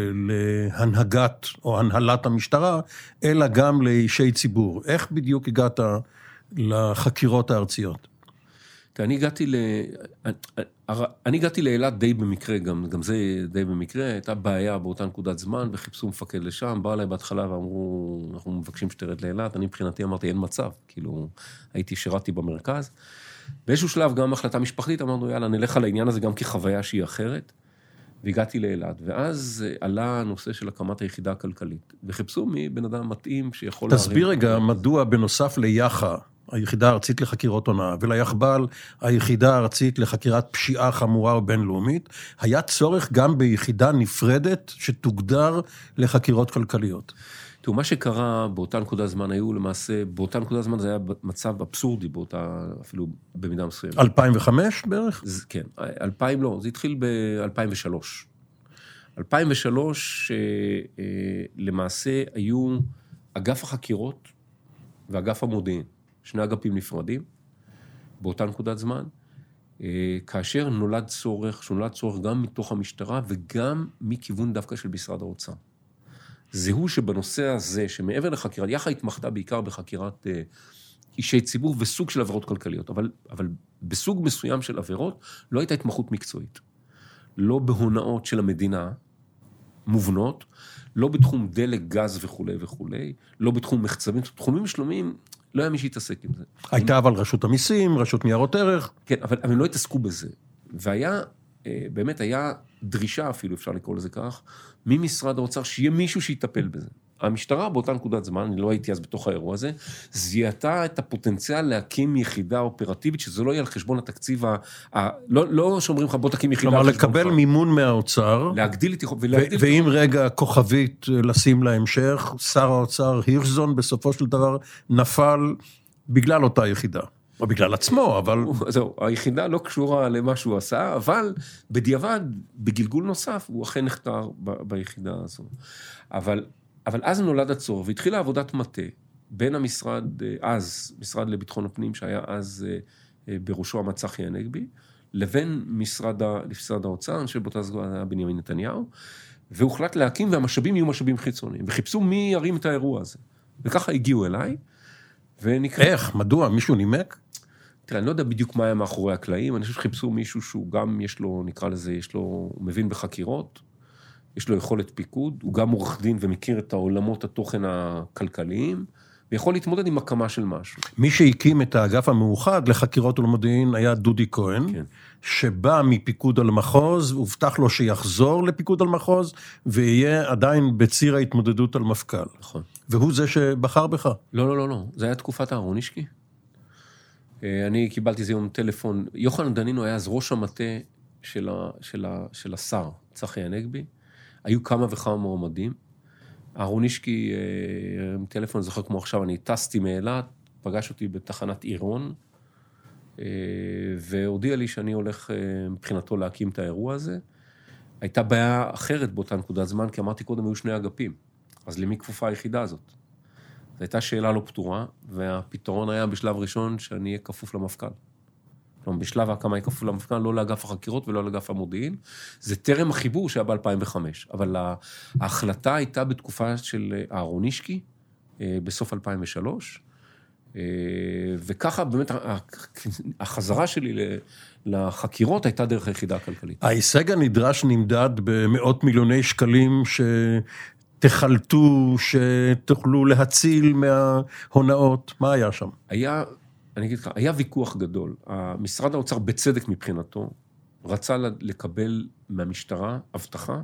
להנהגת או הנהלת המשטרה, אלא גם לאישי ציבור. איך בדיוק הגעת לחקירות הארציות? אני הגעתי ל... אני הגעתי לאילת די במקרה, גם, גם זה די במקרה, הייתה בעיה באותה נקודת זמן, וחיפשו מפקד לשם, בא אליי בהתחלה ואמרו, אנחנו מבקשים שתרד לאילת, אני מבחינתי אמרתי, אין מצב, כאילו, הייתי שירתי במרכז. באיזשהו שלב גם החלטה משפחתית, אמרנו, יאללה, נלך על העניין הזה גם כחוויה שהיא אחרת, והגעתי לאילת, ואז עלה הנושא של הקמת היחידה הכלכלית, וחיפשו מי בן אדם מתאים שיכול... תסביר רגע, מדוע בנוסף ליח"א, היחידה הארצית לחקירות הונאה, וליחבל, היחידה הארצית לחקירת פשיעה חמורה ובינלאומית, היה צורך גם ביחידה נפרדת שתוגדר לחקירות כלכליות. תראו, מה שקרה באותה נקודה זמן היו למעשה, באותה נקודה זמן זה היה מצב אבסורדי, באותה, אפילו במידה מסוימת. אלפיים וחמש בערך? זה, כן, אלפיים לא, זה התחיל ב-אלפיים ושלוש. אלפיים ושלוש, אה, אה, למעשה היו אגף החקירות ואגף המודיעין, שני אגפים נפרדים, באותה נקודת זמן, אה, כאשר נולד צורך, שנולד צורך גם מתוך המשטרה וגם מכיוון דווקא של משרד האוצר. זהו שבנושא הזה, שמעבר לחקירה, יחד התמחתה בעיקר בחקירת אה, אישי ציבור וסוג של עבירות כלכליות, אבל, אבל בסוג מסוים של עבירות לא הייתה התמחות מקצועית. לא בהונאות של המדינה מובנות, לא בתחום דלק, גז וכו' וכו', לא בתחום מחצבים, תחומים שלומים, לא היה מי שהתעסק עם זה. הייתה אבל רשות המיסים, רשות ניירות ערך. כן, אבל, אבל הם לא התעסקו בזה. והיה, באמת היה דרישה אפילו, אפשר לקרוא לזה כך, ממשרד האוצר, שיהיה מישהו שיטפל בזה. המשטרה באותה נקודת זמן, אני לא הייתי אז בתוך האירוע הזה, זיהתה את הפוטנציאל להקים יחידה אופרטיבית, שזה לא יהיה על חשבון התקציב, ה, ה, לא, לא שאומרים לך בוא תקים יחידה. כלומר, לקבל מימון מהאוצר, להגדיל את יכולת, ו- ואם רגע כוכבית לשים להמשך, שר האוצר הירשזון בסופו של דבר נפל בגלל אותה יחידה. או בגלל עצמו, אבל... זהו, היחידה לא קשורה למה שהוא עשה, אבל בדיעבד, בגלגול נוסף, הוא אכן נחתר ב- ביחידה הזו. אבל... אבל אז נולד הצורך, והתחילה עבודת מטה, בין המשרד, אז, משרד לביטחון הפנים, שהיה אז בראשו המצחי הנגבי, לבין משרד, משרד האוצר, אני חושב באותה זמן היה בנימין נתניהו, והוחלט להקים, והמשאבים יהיו משאבים חיצוניים, וחיפשו מי ירים את האירוע הזה. וככה הגיעו אליי, ונקרא... איך? מדוע? מישהו נימק? תראה, אני לא יודע בדיוק מה היה מאחורי הקלעים, אני חושב שחיפשו מישהו שהוא גם, יש לו, נקרא לזה, יש לו, הוא מבין בחקירות, יש לו יכולת פיקוד, הוא גם עורך דין ומכיר את העולמות התוכן הכלכליים, ויכול להתמודד עם הקמה של משהו. מי שהקים את האגף המאוחד לחקירות ולמודיעין היה דודי כהן, כן. שבא מפיקוד על מחוז, הובטח לו שיחזור לפיקוד על מחוז, ויהיה עדיין בציר ההתמודדות על מפכ"ל. נכון. והוא זה שבחר בך. לא, לא, לא, לא. זה היה תקופת אהרונישקי. אני קיבלתי איזה יום טלפון, יוחנן דנינו היה אז ראש המטה של, ה, של, ה, של השר, צחי הנגבי, היו כמה וכמה מועמדים, אהרונישקי, עם טלפון, זוכר כמו עכשיו, אני טסתי מאילת, פגש אותי בתחנת עירון, והודיע לי שאני הולך מבחינתו להקים את האירוע הזה. הייתה בעיה אחרת באותה נקודת זמן, כי אמרתי קודם, היו שני אגפים, אז למי כפופה היחידה הזאת? זו הייתה שאלה לא פתורה, והפתרון היה בשלב ראשון שאני אהיה כפוף למפכ"ל. כלומר, בשלב ההקמה יהיה כפוף למפכ"ל, לא לאגף החקירות ולא לאגף המודיעין. זה טרם החיבור שהיה ב-אלפיים וחמש, אבל ההחלטה הייתה בתקופה של אהרונישקי, בסוף אלפיים ושלוש, וככה באמת החזרה שלי לחקירות הייתה דרך היחידה הכלכלית. ההישג הנדרש נמדד במאות מיליוני שקלים שתחלטו, שתוכלו להציל מההונאות. מה היה שם? היה... אני אגיד לך, היה ויכוח גדול. המשרד האוצר בצדק מבחינתו, רצה לקבל מהמשטרה הבטחה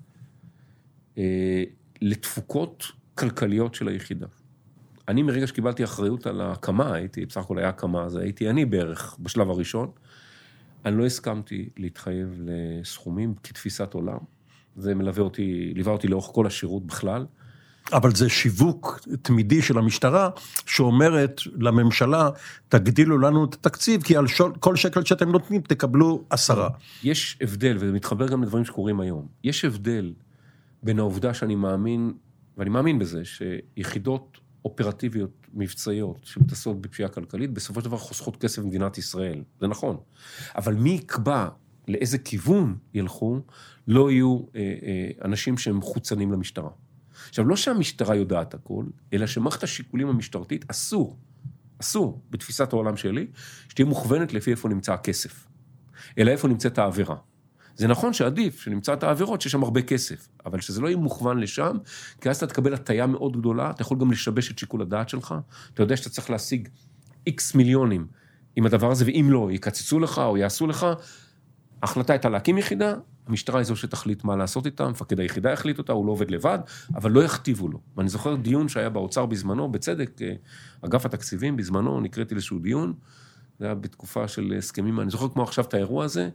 אה, לתפוקות כלכליות של היחידה. אני מרגע שקיבלתי אחריות על ההקמה, הייתי, בסך הכל היה הקמה, אז הייתי אני בערך בשלב הראשון, אני לא הסכמתי להתחייב לסכומים כתפיסת עולם. זה מלווה אותי, ליווה אותי לאורך כל השירות בכלל. אבל זה שיווק תמידי של המשטרה, שאומרת לממשלה, תגדילו לנו את התקציב, כי על כל שקל שאתם נותנים, תקבלו עשרה. יש הבדל, וזה מתחבר גם לדברים שקורים היום, יש הבדל בין העובדה שאני מאמין, ואני מאמין בזה, שיחידות אופרטיביות, מבצעיות, שמתעסקות בפשיעה כלכלית, בסופו של דבר חוסכות כסף במדינת ישראל. זה נכון. אבל מי יקבע לאיזה כיוון ילכו, לא יהיו אה, אה, אנשים שהם חוצנים למשטרה. עכשיו, לא שהמשטרה יודעת הכל, אלא שמערכת השיקולים המשטרתית אסור, אסור, בתפיסת העולם שלי, שתהיה מוכוונת לפי איפה נמצא הכסף, אלא איפה נמצאת העבירה. זה נכון שעדיף שנמצא את העבירות שיש שם הרבה כסף, אבל שזה לא יהיה מוכוון לשם, כי אז אתה תקבל הטיה מאוד גדולה, אתה יכול גם לשבש את שיקול הדעת שלך, אתה יודע שאתה צריך להשיג איקס מיליונים עם הדבר הזה, ואם לא, יקצצו לך או יעשו לך, ההחלטה הייתה להקים יחידה, המשטרה היא זו שתחליט מה לעשות איתה, מפקד היחידה יחליט אותה, הוא לא עובד לבד, אבל לא יכתיבו לו. ואני זוכר דיון שהיה באוצר בזמנו, בצדק, אגף התקציבים בזמנו, נקראתי לאיזשהו דיון, זה היה בתקופה של הסכמים, אני זוכר כמו עכשיו את האירוע הזה,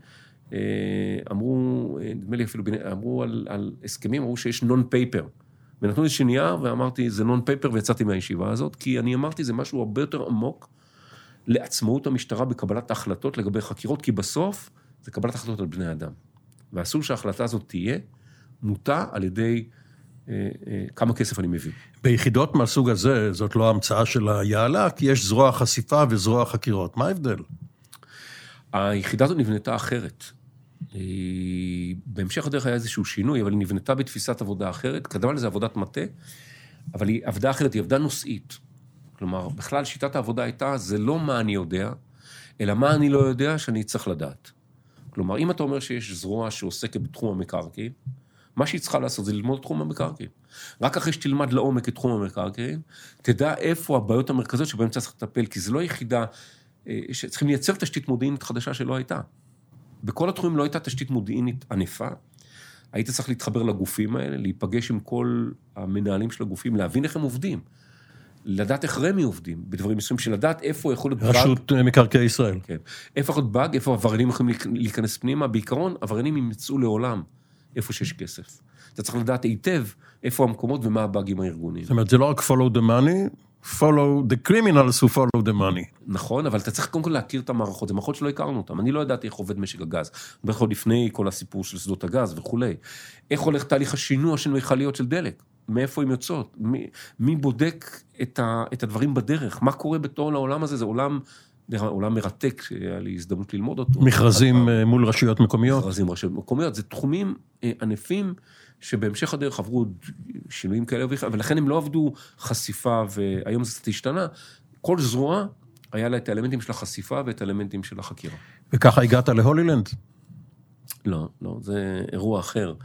אמרו, נדמה לי אפילו, אמרו על, על הסכמים, אמרו שיש נון-פייפר, ונתנו לי שנייה, ואמרתי, זה נון-פייפר, ויצאתי מהישיבה הזאת, כי אני אמרתי, זה משהו הרבה יותר עמוק, לעצמאות המשטרה בקבלת ההחלטות לגבי חקירות, כי בסוף זה קבלת החלטות על בני אדם. ואסור שההחלטה הזאת תהיה מוטה על ידי אה, אה, כמה כסף אני מביא. ביחידות מהסוג הזה, זאת לא המצאה של היעלה, כי יש זרוע חשיפה וזרוע חקירות. מה ההבדל? היחידה הזאת נבנתה אחרת. בהמשך הדרך היה איזשהו שינוי, אבל היא נבנתה בתפיסת עבודה אחרת, קדמה לזה עבודת מטה, אבל היא עבדה אחרת, היא עבדה נושאית. כלומר, בכלל שיטת העבודה הייתה, זה לא מה אני יודע, אלא מה אני לא יודע שאני צריך לדעת. כלומר, אם אתה אומר שיש זרוע שעוסקת בתחום המקרקעין, מה שהיא צריכה לעשות זה ללמוד תחום המקרקעין. רק אחרי שתלמד לעומק את תחום המקרקעין, תדע איפה הבעיות המרכזיות שבהן צריך לטפל, כי זה לא יחידה שצריכים לייצר תשתית מודיעינית חדשה שלא הייתה. בכל התחומים לא הייתה תשתית מודיעינית ענפה, היית צריך להתחבר לגופים האלה, להיפגש עם כל המנהלים של הגופים, להבין איך הם עובדים, לדעת איך רמי עובדים, בדברים מסוים של לדעת איפה יכול להיות באג. רשות מקרקעי ישראל. כן. איפה יכול להיות באג, איפה עבריינים יכולים להיכנס פנימה, בעיקרון עבריינים ימצאו לעולם איפה שיש כסף. אתה צריך לדעת היטב איפה המקומות ומה הבאגים הארגוניים. זאת אומרת, זה לא רק follow the money, follow the criminals who follow the money. נכון, אבל אתה צריך קודם כל להכיר את המערכות, זה מערכות שלא הכרנו אותם. אני לא ידעתי איך עובד משק הגז, בכלל לפני כל הסיפור של שדות הגז וכו'. איך הולך תהליך השינוע של מכליות של דלק? מאיפה הן יוצאות? מי, מי בודק את, ה, את הדברים בדרך? מה קורה בתור לעולם הזה? זה עולם, עולם מרתק, שהיה לי הזדמנות ללמוד אותו. מכרזים מול רשויות מקומיות. מכרזים רשויות מקומיות, זה תחומים ענפים שבהמשך הדרך עברו שינויים כאלה, ולכן הם לא עבדו חשיפה, והיום זה השתנה. כל זרוע היה לה את האלמנטים של החשיפה ואת האלמנטים של החקירה. וככה הגעת להולילנד? לא, לא, זה אירוע אחר.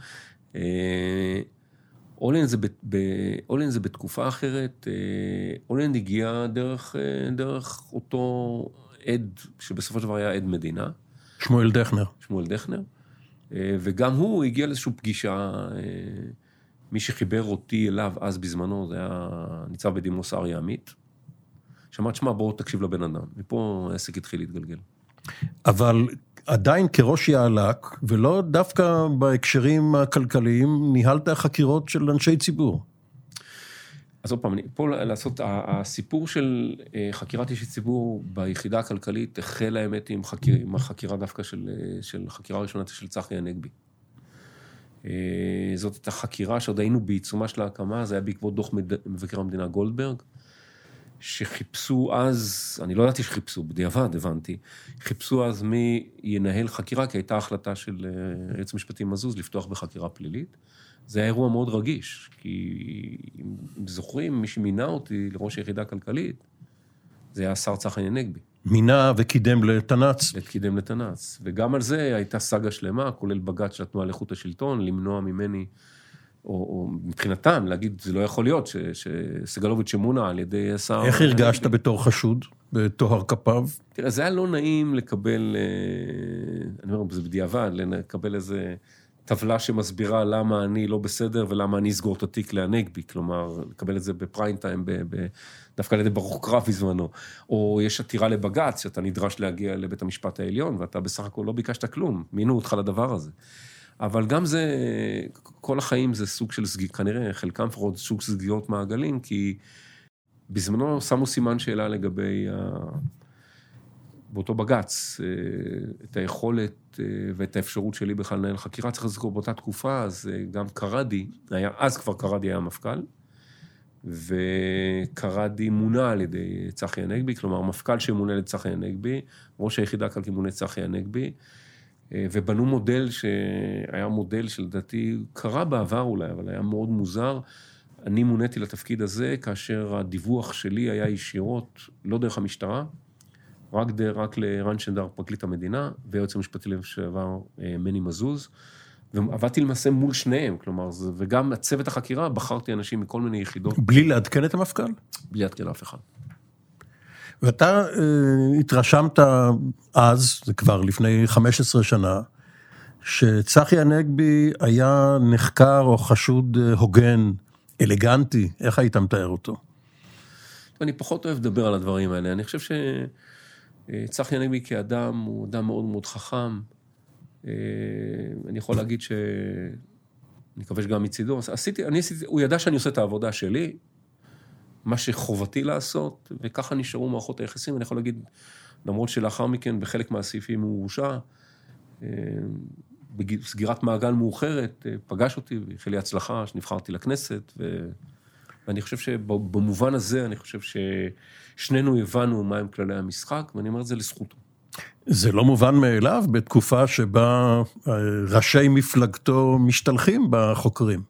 הולילנד זה, ב, הולילנד זה בתקופה אחרת, הולילנד הגיע דרך, דרך אותו עד, שבסופו של דבר היה עד מדינה. שמואל דכנר. שמואל דכנר. וגם הוא הגיע לאיזושהי פגישה, מי שחיבר אותי אליו אז בזמנו, זה היה ניצב בדימוס אריה עמית, שאמרת, שמע, בואו תקשיב לבן אדם, ופה העסק התחיל להתגלגל. אבל עדיין כראש יעלק, ולא דווקא בהקשרים הכלכליים, ניהלת חקירות של אנשי ציבור. אז עוד פעם, פה לעשות, הסיפור של חקירת אישי ציבור ביחידה הכלכלית, החל האמת עם, חקיר, עם החקירה דווקא של, של חקירה ראשונה של צחי הנגבי. זאת הייתה חקירה שעוד היינו בעיצומה של ההקמה, זה היה בעקבות דוח מבקר המדינה גולדברג, שחיפשו אז, אני לא ידעתי שחיפשו, בדיעבד הבנתי, חיפשו אז מי ינהל חקירה, כי הייתה החלטה של היועץ המשפטי מזוז לפתוח בחקירה פלילית. זה היה אירוע מאוד רגיש, כי אם זוכרים, מי שמינה אותי לראש היחידה הכלכלית, זה היה השר צחי הנגבי. מינה וקידם לתנ"צ. וקידם לתנ"צ. וגם על זה הייתה סגה שלמה, כולל בג"ץ של התנועה לאיכות השלטון, למנוע ממני, או, או מבחינתם, להגיד, זה לא יכול להיות, ש, שסגלוביץ' שמונה על ידי השר... איך הרגשת בתור חשוד, בתואר כפיו? תראה, זה היה לא נעים לקבל, אני אומר, זה בדיעבד, לקבל איזה... טבלה שמסבירה למה אני לא בסדר, ולמה אני אסגור את התיק להנגבי, כלומר, לקבל את זה בפריין טיים, דווקא על ידי ברוך קרב בזמנו, או יש עתירה לבג"ץ, שאתה נדרש להגיע לבית המשפט העליון, ואתה בסך הכל לא ביקשת כלום, מינו אותך לדבר הזה. אבל גם זה, כל החיים זה סוג של סגיג, כנראה חלקם לפחות סוג של סגיגות מעגלים, כי בזמנו שמו סימן שאלה לגבי ה... באותו בג"ץ, את היכולת ואת האפשרות שלי בכלל לנהל חקירה, צריך לזכור באותה תקופה, אז גם קרדי, היה, אז כבר קרדי היה מפכ"ל, וקרדי מונה על ידי צחי הנגבי, כלומר, מפכ"ל שמונה לצחי הנגבי, ראש היחידה הכלכלית מונה צחי הנגבי, ובנו מודל שהיה מודל שלדעתי קרה בעבר אולי, אבל היה מאוד מוזר. אני מוניתי לתפקיד הזה, כאשר הדיווח שלי היה ישירות, לא דרך המשטרה, רק, דר, רק לרן שנדר, פרקליט המדינה, והיועץ המשפטי לשעבר מני מזוז, ועבדתי למעשה מול שניהם, כלומר, וגם הצוות החקירה, בחרתי אנשים מכל מיני יחידות. בלי לעדכן את המפכ"ל? בלי לעדכן אף אחד. ואתה אה, התרשמת אז, זה כבר לפני חמש עשרה שנה, שצחי הנגבי היה נחקר או חשוד הוגן, אלגנטי, איך היית מתאר אותו? אני פחות אוהב לדבר על הדברים האלה. אני חושב שצחי הנגבי כאדם הוא אדם מאוד מאוד חכם. אני יכול להגיד ש... אני מקווה שגם מצידו. עשיתי, אני עשיתי, הוא ידע שאני עושה את העבודה שלי, מה שחובתי לעשות, וככה נשארו מערכות היחסים. אני יכול להגיד, למרות שלאחר מכן, בחלק מהסעיפים הוא הורשע, בסגירת מעגל מאוחרת, פגש אותי, ואיחל לי הצלחה, שנבחרתי לכנסת, ו... ואני חושב שבמובן הזה, אני חושב ששנינו הבנו מהם כללי המשחק, ואני אומר את זה לזכותו. זה לא מובן מאליו בתקופה שבה ראשי מפלגתו משתלחים בחוקרים.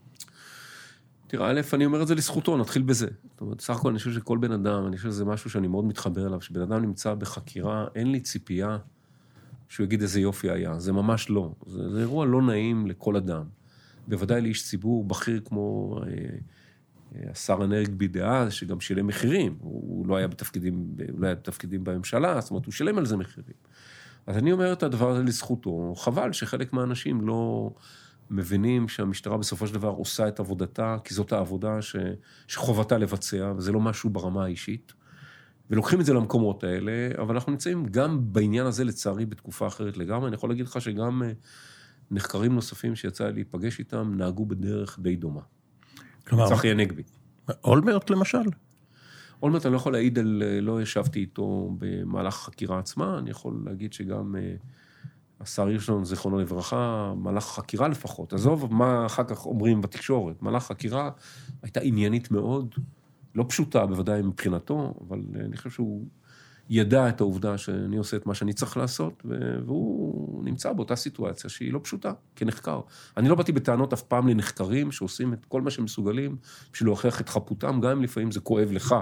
תראה, א', אני אומר את זה לזכותו, נתחיל בזה. זאת אומרת, סך הכל אני חושב שכל בן אדם, אני חושב שזה משהו שאני מאוד מתחבר אליו, שבן אדם נמצא בחקירה, אין לי ציפייה שהוא יגיד איזה יופי היה. זה ממש לא. זה, זה אירוע לא נעים לכל אדם. בוודאי לאיש ציבור בכיר כמו אה, השר הנגבי דאז, שגם שילם מחירים. הוא לא היה בתפקידים, הוא לא היה בתפקידים בממשלה, זאת אומרת, הוא שילם על זה מחירים. אז אני אומר את הדבר הזה לזכותו. חבל שחלק מהאנשים לא מבינים שהמשטרה בסופו של דבר עושה את עבודתה, כי זאת העבודה ש, שחובתה לבצע, וזה לא משהו ברמה האישית. ולוקחים את זה למקומות האלה, אבל אנחנו נמצאים גם בעניין הזה, לצערי, בתקופה אחרת לגמרי. אני יכול להגיד לך שגם נחקרים נוספים שיצא לי להיפגש איתם, נהגו בדרך די דומה. כלומר, צחי הנגבי. אולמרט למשל? אולמרט אני לא יכול להעיד על, לא ישבתי איתו במהלך החקירה עצמה, אני יכול להגיד שגם השר הירשון, זיכרונו לברכה, מהלך חקירה לפחות, עזוב מה אחר כך אומרים בתקשורת, מהלך חקירה הייתה עניינית מאוד, לא פשוטה בוודאי מבחינתו, אבל אני חושב שהוא ידע את העובדה שאני עושה את מה שאני צריך לעשות, והוא נמצא באותה סיטואציה שהיא לא פשוטה, כנחקר. אני לא באתי בטענות אף פעם לנחקרים שעושים את כל מה שהם מסוגלים, בשביל להוכיח את חפותם, גם אם לפעמים זה כואב לך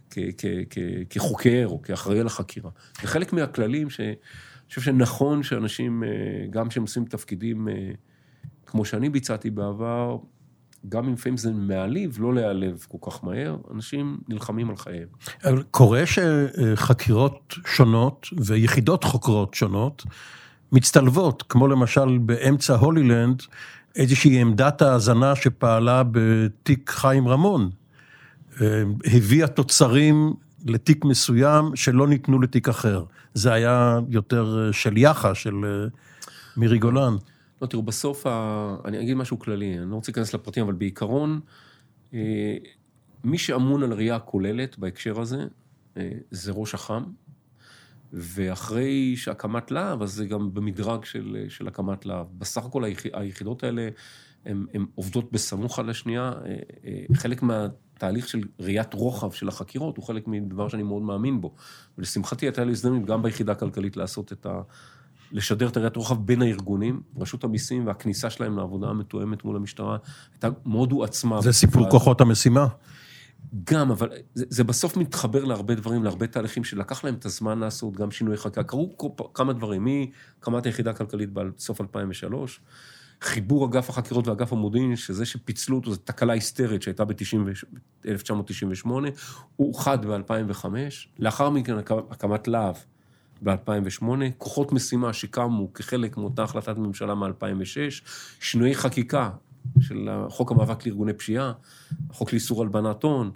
כחוקר או כאחראי לחקירה. זה חלק מהכללים שאני חושב שנכון שאנשים, גם שהם עושים תפקידים כמו שאני ביצעתי בעבר, גם אם לפעמים זה מעליב, לא להיעלב כל כך מהר, אנשים נלחמים על חייהם. קורה שחקירות שונות ויחידות חוקרות שונות מצטלבות, כמו למשל באמצע הולילנד, איזושהי עמדת ההאזנה שפעלה בתיק חיים רמון, הביאה תוצרים לתיק מסוים שלא ניתנו לתיק אחר. זה היה יותר של יחה, של מירי גולן. לא, תראו, בסוף, ה... אני אגיד משהו כללי, אני לא רוצה להיכנס לפרטים, אבל בעיקרון, מי שאמון על ראייה כוללת בהקשר הזה, זה ראש אח"ם, ואחרי שהקמת להב, אז זה גם במדרג של, של הקמת להב. בסך הכל היחידות האלה, הן עובדות בסמוך על השנייה, חלק מהתהליך של ראיית רוחב של החקירות, הוא חלק מדבר שאני מאוד מאמין בו, ולשמחתי הייתה לי הזדמנות גם ביחידה הכלכלית לעשות את ה... לשדר את ראיית רוחב בין הארגונים, רשות המיסים והכניסה שלהם לעבודה המתואמת מול המשטרה, הייתה מאוד הועצמה. זה סיפור כוחות המשימה? גם, אבל זה, זה בסוף מתחבר להרבה דברים, להרבה תהליכים שלקח להם את הזמן לעשות, גם שינוי חקיקה. קרו כמה דברים, מקמת היחידה הכלכלית בסוף אלפיים ושלוש, חיבור אגף החקירות ואגף המודיעין, שזה שפיצלו אותו, זו תקלה היסטרית שהייתה ב-אלף תשע מאות תשעים ושמונה, הוא אוחד ב-אלפיים וחמש, לאחר מכן הקמת להב, ב-אלפיים ושמונה, כוחות משימה שקמו כחלק מאותה החלטת ממשלה מ-אלפיים ושש, שינויי חקיקה של חוק המאבק לארגוני פשיעה, חוק לאיסור הלבנת הון,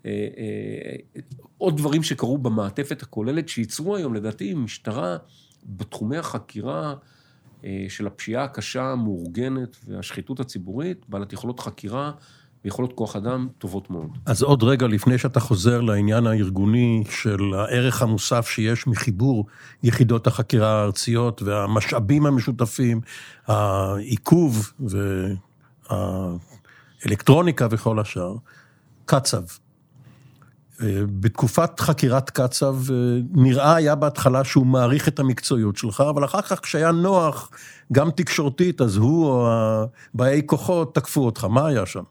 עוד דברים שקרו במעטפת הכוללת, שייצרו היום לדעתי משטרה בתחומי החקירה של הפשיעה הקשה, המאורגנת והשחיתות הציבורית, בעלת יכולות חקירה ויכולות כוח אדם טובות מאוד. אז עוד רגע לפני שאתה חוזר לעניין הארגוני של הערך המוסף שיש מחיבור יחידות החקירה הארציות והמשאבים המשותפים, העיכוב והאלקטרוניקה וכל השאר, קצב. בתקופת חקירת קצב נראה היה בהתחלה שהוא מעריך את המקצועיות שלך, אבל אחר כך כשהיה נוח, גם תקשורתית, אז הוא או באי כוחות תקפו אותך. מה היה שם?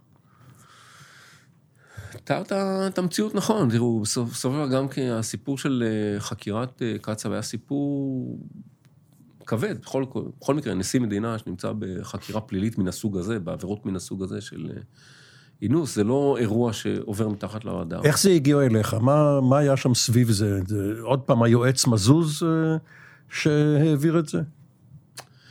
תיארת את המציאות נכון, תראו, בסוף גם כי הסיפור של חקירת קצב היה סיפור כבד, בכל, בכל מקרה, נשיא מדינה שנמצא בחקירה פלילית מן הסוג הזה, בעבירות מן הסוג הזה של אינוס, זה לא אירוע שעובר מתחת לרדאר. איך זה הגיע אליך? מה, מה היה שם סביב זה? זה עוד פעם היועץ מזוז שהעביר את זה?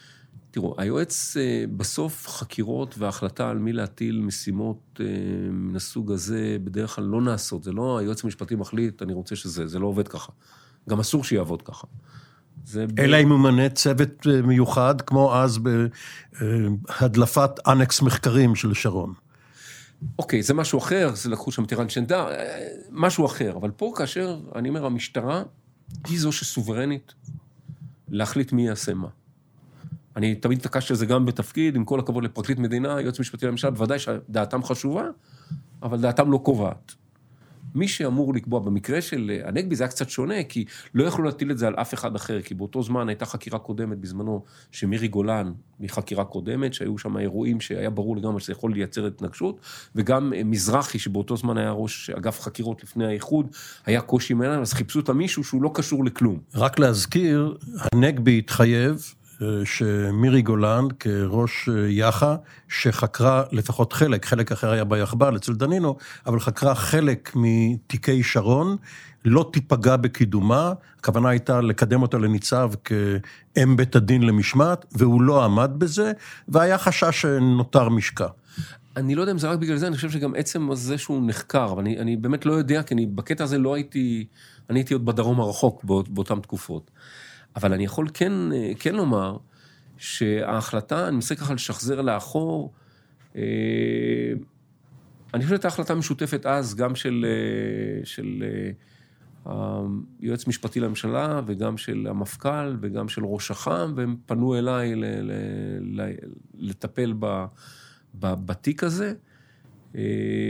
תראו, היועץ בסוף חקירות וההחלטה על מי להטיל משימות מן הסוג הזה, בדרך כלל לא נעשות. זה לא היועץ המשפטי מחליט, אני רוצה שזה, זה לא עובד ככה. גם אסור שיעבוד ככה. אלא אם הוא מנה צוות מיוחד, כמו אז בהדלפת אנקס מחקרים של שרון. אוקיי, זה משהו אחר, זה לקחו שם טירן שנדר, משהו אחר. אבל פה כאשר, אני אומר, המשטרה היא זו שסוברנית להחליט מי יעשה מה. אני תמיד התעקשתי לזה גם בתפקיד, עם כל הכבוד לפרקליט מדינה, יועץ משפטי לממשלה, בוודאי שדעתם חשובה, אבל דעתם לא קובעת. מי שאמור לקבוע, במקרה של הנגבי זה היה קצת שונה, כי לא יכלו להטיל את זה על אף אחד אחר, כי באותו זמן הייתה חקירה קודמת בזמנו, שמירי גולן מחקירה קודמת, שהיו שם אירועים שהיה ברור לגמרי שזה יכול לייצר התנגשות, וגם מזרחי, שבאותו זמן היה ראש אגף חקירות לפני האיחוד, היה קושי ממנה, אז חיפשו את המישהו שהוא לא קשור לכלום. רק להזכיר, הנגבי התחייב, שמירי גולן כראש יח"א, שחקרה לפחות חלק, חלק אחר היה ביחב"ל אצל דנינו, אבל חקרה חלק מתיקי שרון, לא תיפגע בקידומה, הכוונה הייתה לקדם אותה לניצב כאם בית הדין למשמעת, והוא לא עמד בזה, והיה חשש שנותר משקע. אני לא יודע אם זה רק בגלל זה, אני חושב שגם עצם זה שהוא נחקר, אבל אני, אני באמת לא יודע, כי אני, בקטע הזה לא הייתי, אני הייתי עוד בדרום הרחוק באותן תקופות. אבל אני יכול כן, כן לומר שההחלטה, אני מנסה ככה לשחזר לאחור, אה, אני חושב שהייתה החלטה משותפת אז, גם של, של היועץ משפטי לממשלה, וגם של המפכ"ל, וגם של ראש אח"ם, והם פנו אליי ל, ל, ל, לטפל ב, ב, בתיק הזה. אה,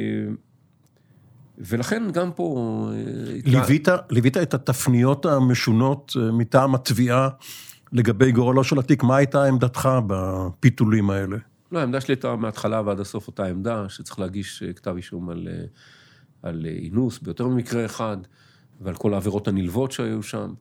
ולכן גם פה... ליווית, ליווית את התפניות המשונות מטעם התביעה לגבי גורלו של התיק, מה הייתה עמדתך בפיתולים האלה? לא, העמדה שלי הייתה מההתחלה ועד הסוף אותה עמדה, שצריך להגיש כתב אישום על, על אינוס, ביותר ממקרה אחד, ועל כל העבירות הנלוות שהיו שם.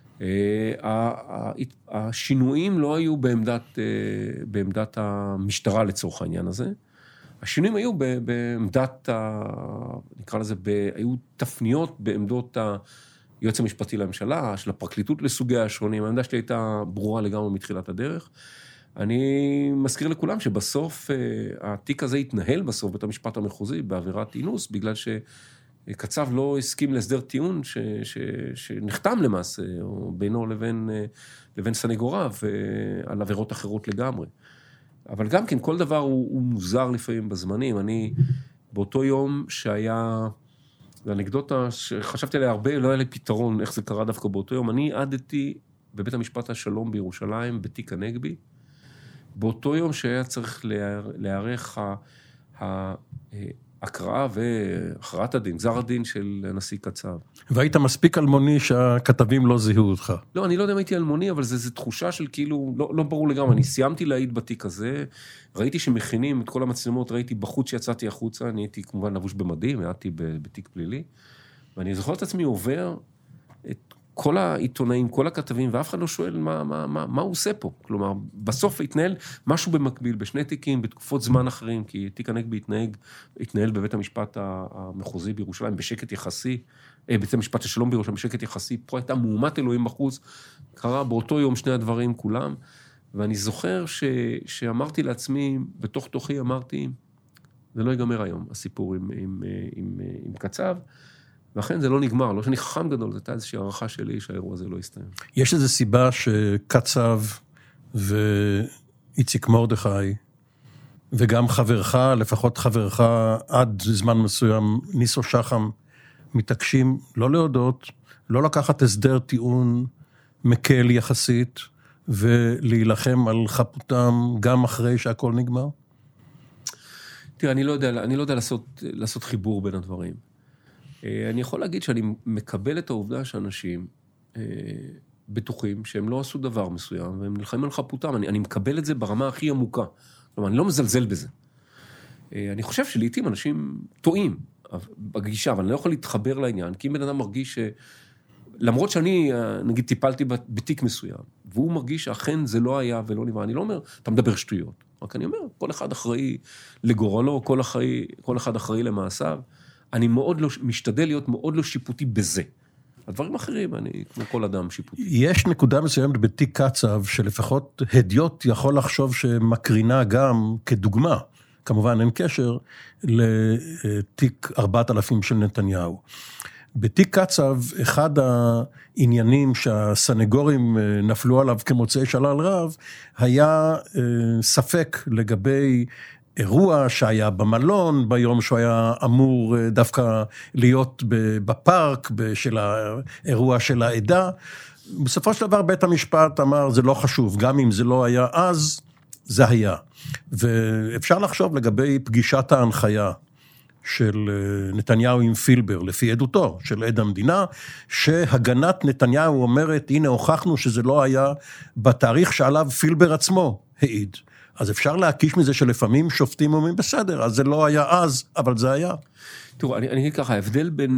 השינויים לא היו בעמדת, בעמדת המשטרה לצורך העניין הזה, השינויים היו בעמדת, נקרא לזה, היו תפניות בעמדות היועץ המשפטי לממשלה, של הפרקליטות לסוגי השונים, העמדה שלי הייתה ברורה לגמרי מתחילת הדרך. אני מזכיר לכולם שבסוף התיק הזה התנהל בסוף בית המשפט המחוזי בעבירת אינוס, בגלל שקצב לא הסכים להסדר טיעון ש, ש, שנחתם למעשה, או בינו לבין, לבין סנגוריו, על עבירות אחרות לגמרי. אבל גם כן, כל דבר הוא, הוא מוזר לפעמים בזמנים. אני, באותו יום שהיה, לאנקדוטה שחשבתי עליה הרבה, לא היה לי פתרון איך זה קרה דווקא באותו יום, אני עדתי בבית המשפט השלום בירושלים, בתיק הנגבי, באותו יום שהיה צריך להיערך ההקראה והכרעת הדין, גזר הדין של הנשיא קצב. והיית מספיק אלמוני שהכתבים לא זיהו אותך. לא, אני לא יודע אם הייתי אלמוני, אבל זה, זה תחושה של כאילו, לא, לא ברור לגמרי. אני סיימתי להעיד בתיק הזה, ראיתי שמכינים את כל המצלמות, ראיתי בחוץ שיצאתי החוצה, אני הייתי כמובן לבוש במדים, הייתי בתיק פלילי, ואני זוכר את עצמי עובר את כל העיתונאים, כל הכתבים, ואף אחד לא שואל מה, מה, מה, מה הוא עושה פה. כלומר, בסוף התנהל משהו במקביל, בשני תיקים, בתקופות זמן אחרים, כי תיק הנגבי התנהג, התנהל בבית המשפט המחוזי בירושלים, בשקט יחסי, בית המשפט השלום בירושלים, בשקט יחסי, פה הייתה מהומת אלוהים בחוץ, קרה באותו יום שני הדברים כולם, ואני זוכר ש, שאמרתי לעצמי, בתוך תוכי אמרתי, זה לא ייגמר היום, הסיפור עם, עם, עם, עם קצב, ואכן זה לא נגמר, לא שאני חכם גדול, זו הייתה איזושהי הערכה שלי שהאירוע הזה לא יסתיים. יש איזו סיבה שקצב ואיציק מרדכי, וגם חברך, לפחות חברך עד זמן מסוים, ניסו שחם, מתעקשים לא להודות, לא לקחת הסדר טיעון מקל יחסית, ולהילחם על חפותם גם אחרי שהכל נגמר? תראה, אני לא יודע, אני לא יודע לעשות, לעשות חיבור בין הדברים. אני יכול להגיד שאני מקבל את העובדה שאנשים בטוחים שהם לא עשו דבר מסוים, והם נלחמים על חפותם. אני, אני מקבל את זה ברמה הכי עמוקה. כלומר, אני לא מזלזל בזה. אני חושב שלעיתים אנשים טועים בגישה, אבל אני לא יכול להתחבר לעניין, כי אם בן אדם מרגיש ש... למרות שאני, נגיד, טיפלתי בתיק מסוים, והוא מרגיש שאכן זה לא היה ולא נברא, אני לא אומר, אתה מדבר שטויות. רק אני אומר, כל אחד אחראי לגורלו, כל, אחראי, כל אחד אחראי למעשיו, אני מאוד לא, משתדל להיות מאוד לא שיפוטי בזה. הדברים אחרים, אני כמו כל אדם שיפוטי. יש נקודה מסוימת בתיק קצב, שלפחות הדיוט יכול לחשוב שמקרינה גם כדוגמה, כמובן אין קשר, לתיק ארבעת אלפים של נתניהו. בתיק קצב, אחד העניינים שהסנגורים נפלו עליו כמוצאי שלל רב, היה ספק לגבי אירוע שהיה במלון, ביום שהוא היה אמור דווקא להיות בפארק של האירוע של העדה. בסופו של דבר בית המשפט אמר, זה לא חשוב, גם אם זה לא היה אז, זה היה. ואפשר לחשוב לגבי פגישת ההנחיה של נתניהו עם פילבר, לפי עדותו של עד המדינה, שהגנת נתניהו אומרת, הנה הוכחנו שזה לא היה בתאריך שעליו פילבר עצמו העיד. אז אפשר להקיש מזה שלפעמים שופטים אומרים בסדר, אז זה לא היה אז, אבל זה היה. תראו, אני, אני אגיד ככה, ההבדל בין,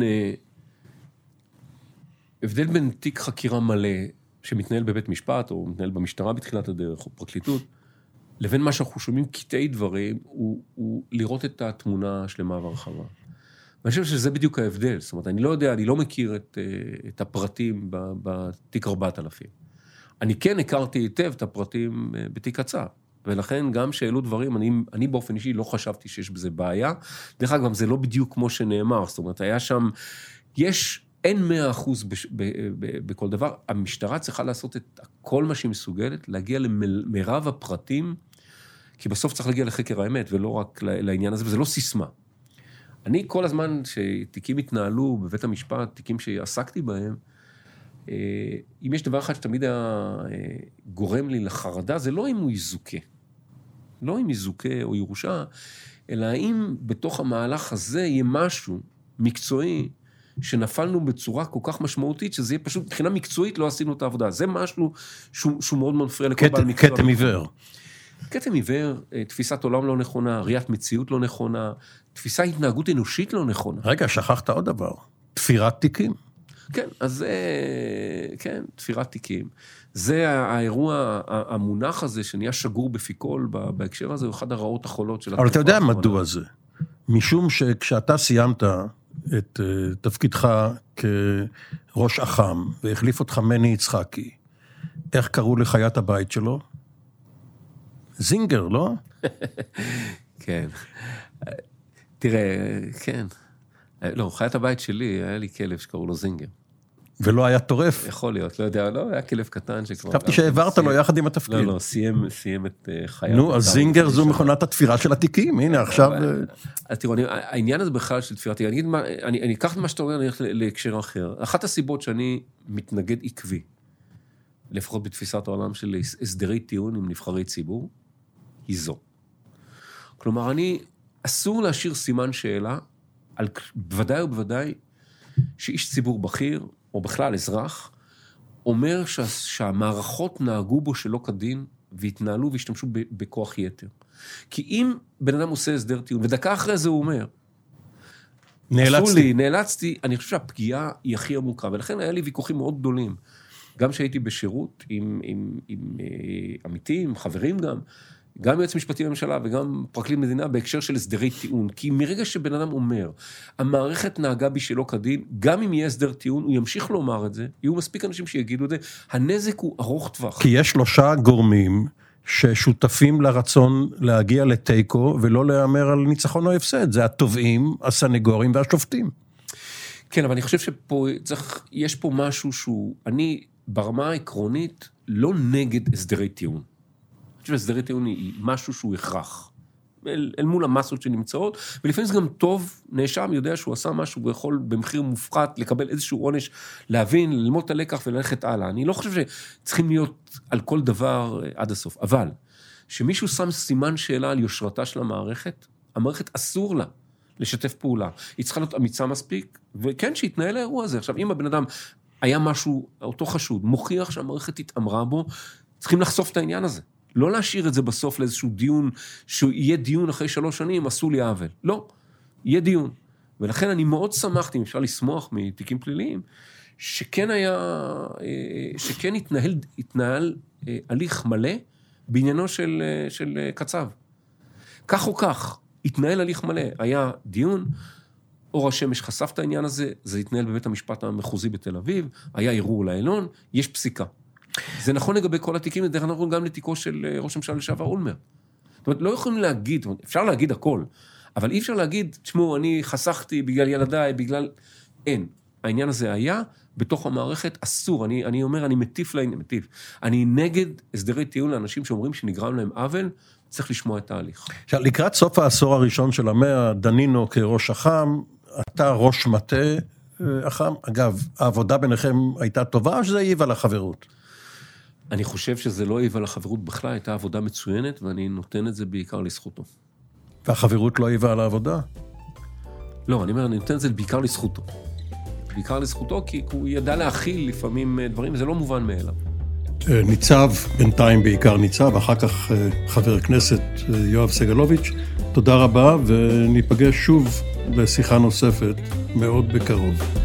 הבדל בין תיק חקירה מלא, שמתנהל בבית משפט, או מתנהל במשטרה בתחילת הדרך, או פרקליטות, לבין מה שאנחנו שומעים קטעי דברים, הוא, הוא לראות את התמונה שלמה והרחבה. ואני חושב שזה בדיוק ההבדל, זאת אומרת, אני לא יודע, אני לא מכיר את, את הפרטים בתיק ארבעת אלפים. אני כן הכרתי היטב את הפרטים בתיק קצב. ולכן גם שאלו דברים, אני, אני באופן אישי לא חשבתי שיש בזה בעיה. דרך אגב, זה לא בדיוק כמו שנאמר, זאת אומרת, היה שם, יש, אין מאה אחוז בש, ב, ב, ב, בכל דבר, המשטרה צריכה לעשות את כל מה שהיא מסוגלת, להגיע למרב הפרטים, כי בסוף צריך להגיע לחקר האמת, ולא רק לעניין הזה, וזה לא סיסמה. אני כל הזמן שתיקים התנהלו בבית המשפט, תיקים שעסקתי בהם, אם יש דבר אחד שתמיד היה גורם לי לחרדה, זה לא אם הוא יזוכה. לא אם יזוכה או ירושה, אלא האם בתוך המהלך הזה יהיה משהו מקצועי, שנפלנו בצורה כל כך משמעותית, שזה יהיה פשוט, מבחינה מקצועית לא עשינו את העבודה. זה משהו שהוא, שהוא מאוד מפריע לכל בעל מקצוע. כתם עיוור. כתם עיוור, תפיסת עולם לא נכונה, ראיית מציאות לא נכונה, תפיסה התנהגות אנושית לא נכונה. רגע, שכחת עוד דבר. תפירת תיקים. כן, אז זה, כן, תפירת תיקים. זה האירוע, המונח הזה, שנהיה שגור בפי כל, בהקשר הזה, הוא אחד הרעות החולות של... אבל אתה יודע מדוע זה. משום שכשאתה סיימת את תפקידך כראש אח"ם, והחליף אותך מני יצחקי, איך קראו לחיית הבית שלו? זינגר, לא? כן. תראה, כן. לא, חיית הבית שלי, היה לי כלב שקראו לו זינגר. ולא היה טורף? יכול להיות, לא יודע, לא, היה כלב קטן שכבר... חשבתי שהעברת לו יחד עם התפקיד. לא, לא, סיים, סיים את חיית. נו, אז זינגר זו מכונת התפירה של התיקים, הנה עכשיו... אז תראו, העניין הזה בכלל של תפירת תיקים, אני אקח מה שאתה אומר, אני אלך להקשר אחר. אחת הסיבות שאני מתנגד עקבי, לפחות בתפיסת העולם של הסדרי טיעון עם נבחרי ציבור, היא זו. כלומר, אני, אסור להשאיר סימן שאלה, על, בוודאי ובוודאי, שאיש ציבור בכיר, או בכלל אזרח, אומר שה, שהמערכות נהגו בו שלא כדין, והתנהלו והשתמשו ב, בכוח יתר. כי אם בן אדם עושה הסדר טיעון, ודקה אחרי זה הוא אומר, נאלצתי. לי, נאלצתי, אני חושב שהפגיעה היא הכי עמוקה, ולכן היה לי ויכוחים מאוד גדולים, גם שהייתי בשירות עם, עם, עם, עם עמיתים, חברים גם, גם יועץ משפטי לממשלה וגם פרקליט מדינה בהקשר של הסדרי טיעון, כי מרגע שבן אדם אומר, המערכת נהגה בי שלא כדין, גם אם יהיה הסדר טיעון, הוא ימשיך לומר את זה, יהיו מספיק אנשים שיגידו את זה, הנזק הוא ארוך טווח. כי יש שלושה גורמים ששותפים לרצון להגיע לטייקו, ולא להאמר על ניצחון או הפסד, זה התובעים, הסנגורים והשופטים. כן, אבל אני חושב שפה צריך, יש פה משהו שהוא, אני ברמה העקרונית לא נגד הסדרי טיעון. הסדרי טיעון היא משהו שהוא הכרח, אל, אל מול המסות שנמצאות, ולפעמים זה גם טוב, נאשם יודע שהוא עשה משהו, הוא יכול במחיר מופחת לקבל איזשהו עונש, להבין, ללמוד את הלקח וללכת הלאה. אני לא חושב שצריכים להיות על כל דבר עד הסוף, אבל שמישהו שם סימן שאלה על יושרתה של המערכת, המערכת אסור לה לשתף פעולה. היא צריכה להיות אמיצה מספיק, וכן שיתנהל האירוע הזה. עכשיו, אם הבן אדם היה משהו, אותו חשוד, מוכיח שהמערכת התאמרה בו, צריכים לחשוף את העניין הזה. לא להשאיר את זה בסוף לאיזשהו דיון, שיהיה דיון אחרי שלוש שנים, עשו לי עוול. לא, יהיה דיון. ולכן אני מאוד שמחתי, אם אפשר לשמוח מתיקים פליליים, שכן היה, שכן התנהל, התנהל הליך מלא, בעניינו של, של קצב. כך או כך, התנהל הליך מלא. היה דיון, אור השמש חשף את העניין הזה, זה התנהל בבית המשפט המחוזי בתל אביב, היה ערעור לעליון, יש פסיקה. זה נכון לגבי כל התיקים, דרך אנחנו גם לתיקו של ראש הממשלה לשעבר אולמרט. זאת אומרת, לא יכולים להגיד, אפשר להגיד הכל, אבל אי אפשר להגיד, תשמעו, אני חסכתי בגלל ילדיי, בגלל... אין. העניין הזה היה, בתוך המערכת אסור, אני, אני אומר, אני מטיף לעניין, מטיף. אני נגד הסדרי טיעון לאנשים שאומרים שנגרם להם עוול, צריך לשמוע את ההליך. עכשיו, לקראת סוף העשור הראשון של המאה, דנינו כראש אח"ם, אתה ראש מטה אח"ם, אגב, העבודה ביניכם הייתה טובה, או שזה העיב על החברות? אני חושב שזה לא העיב על החברות בכלל, הייתה עבודה מצוינת, ואני נותן את זה בעיקר לזכותו. והחברות לא העיבה על העבודה? לא, אני אומר, אני נותן את זה בעיקר לזכותו. בעיקר לזכותו, כי הוא ידע להכיל לפעמים דברים, וזה לא מובן מאליו. ניצב, בינתיים בעיקר ניצב, אחר כך חבר הכנסת יואב סגלוביץ', תודה רבה, וניפגש שוב בשיחה נוספת מאוד בקרוב.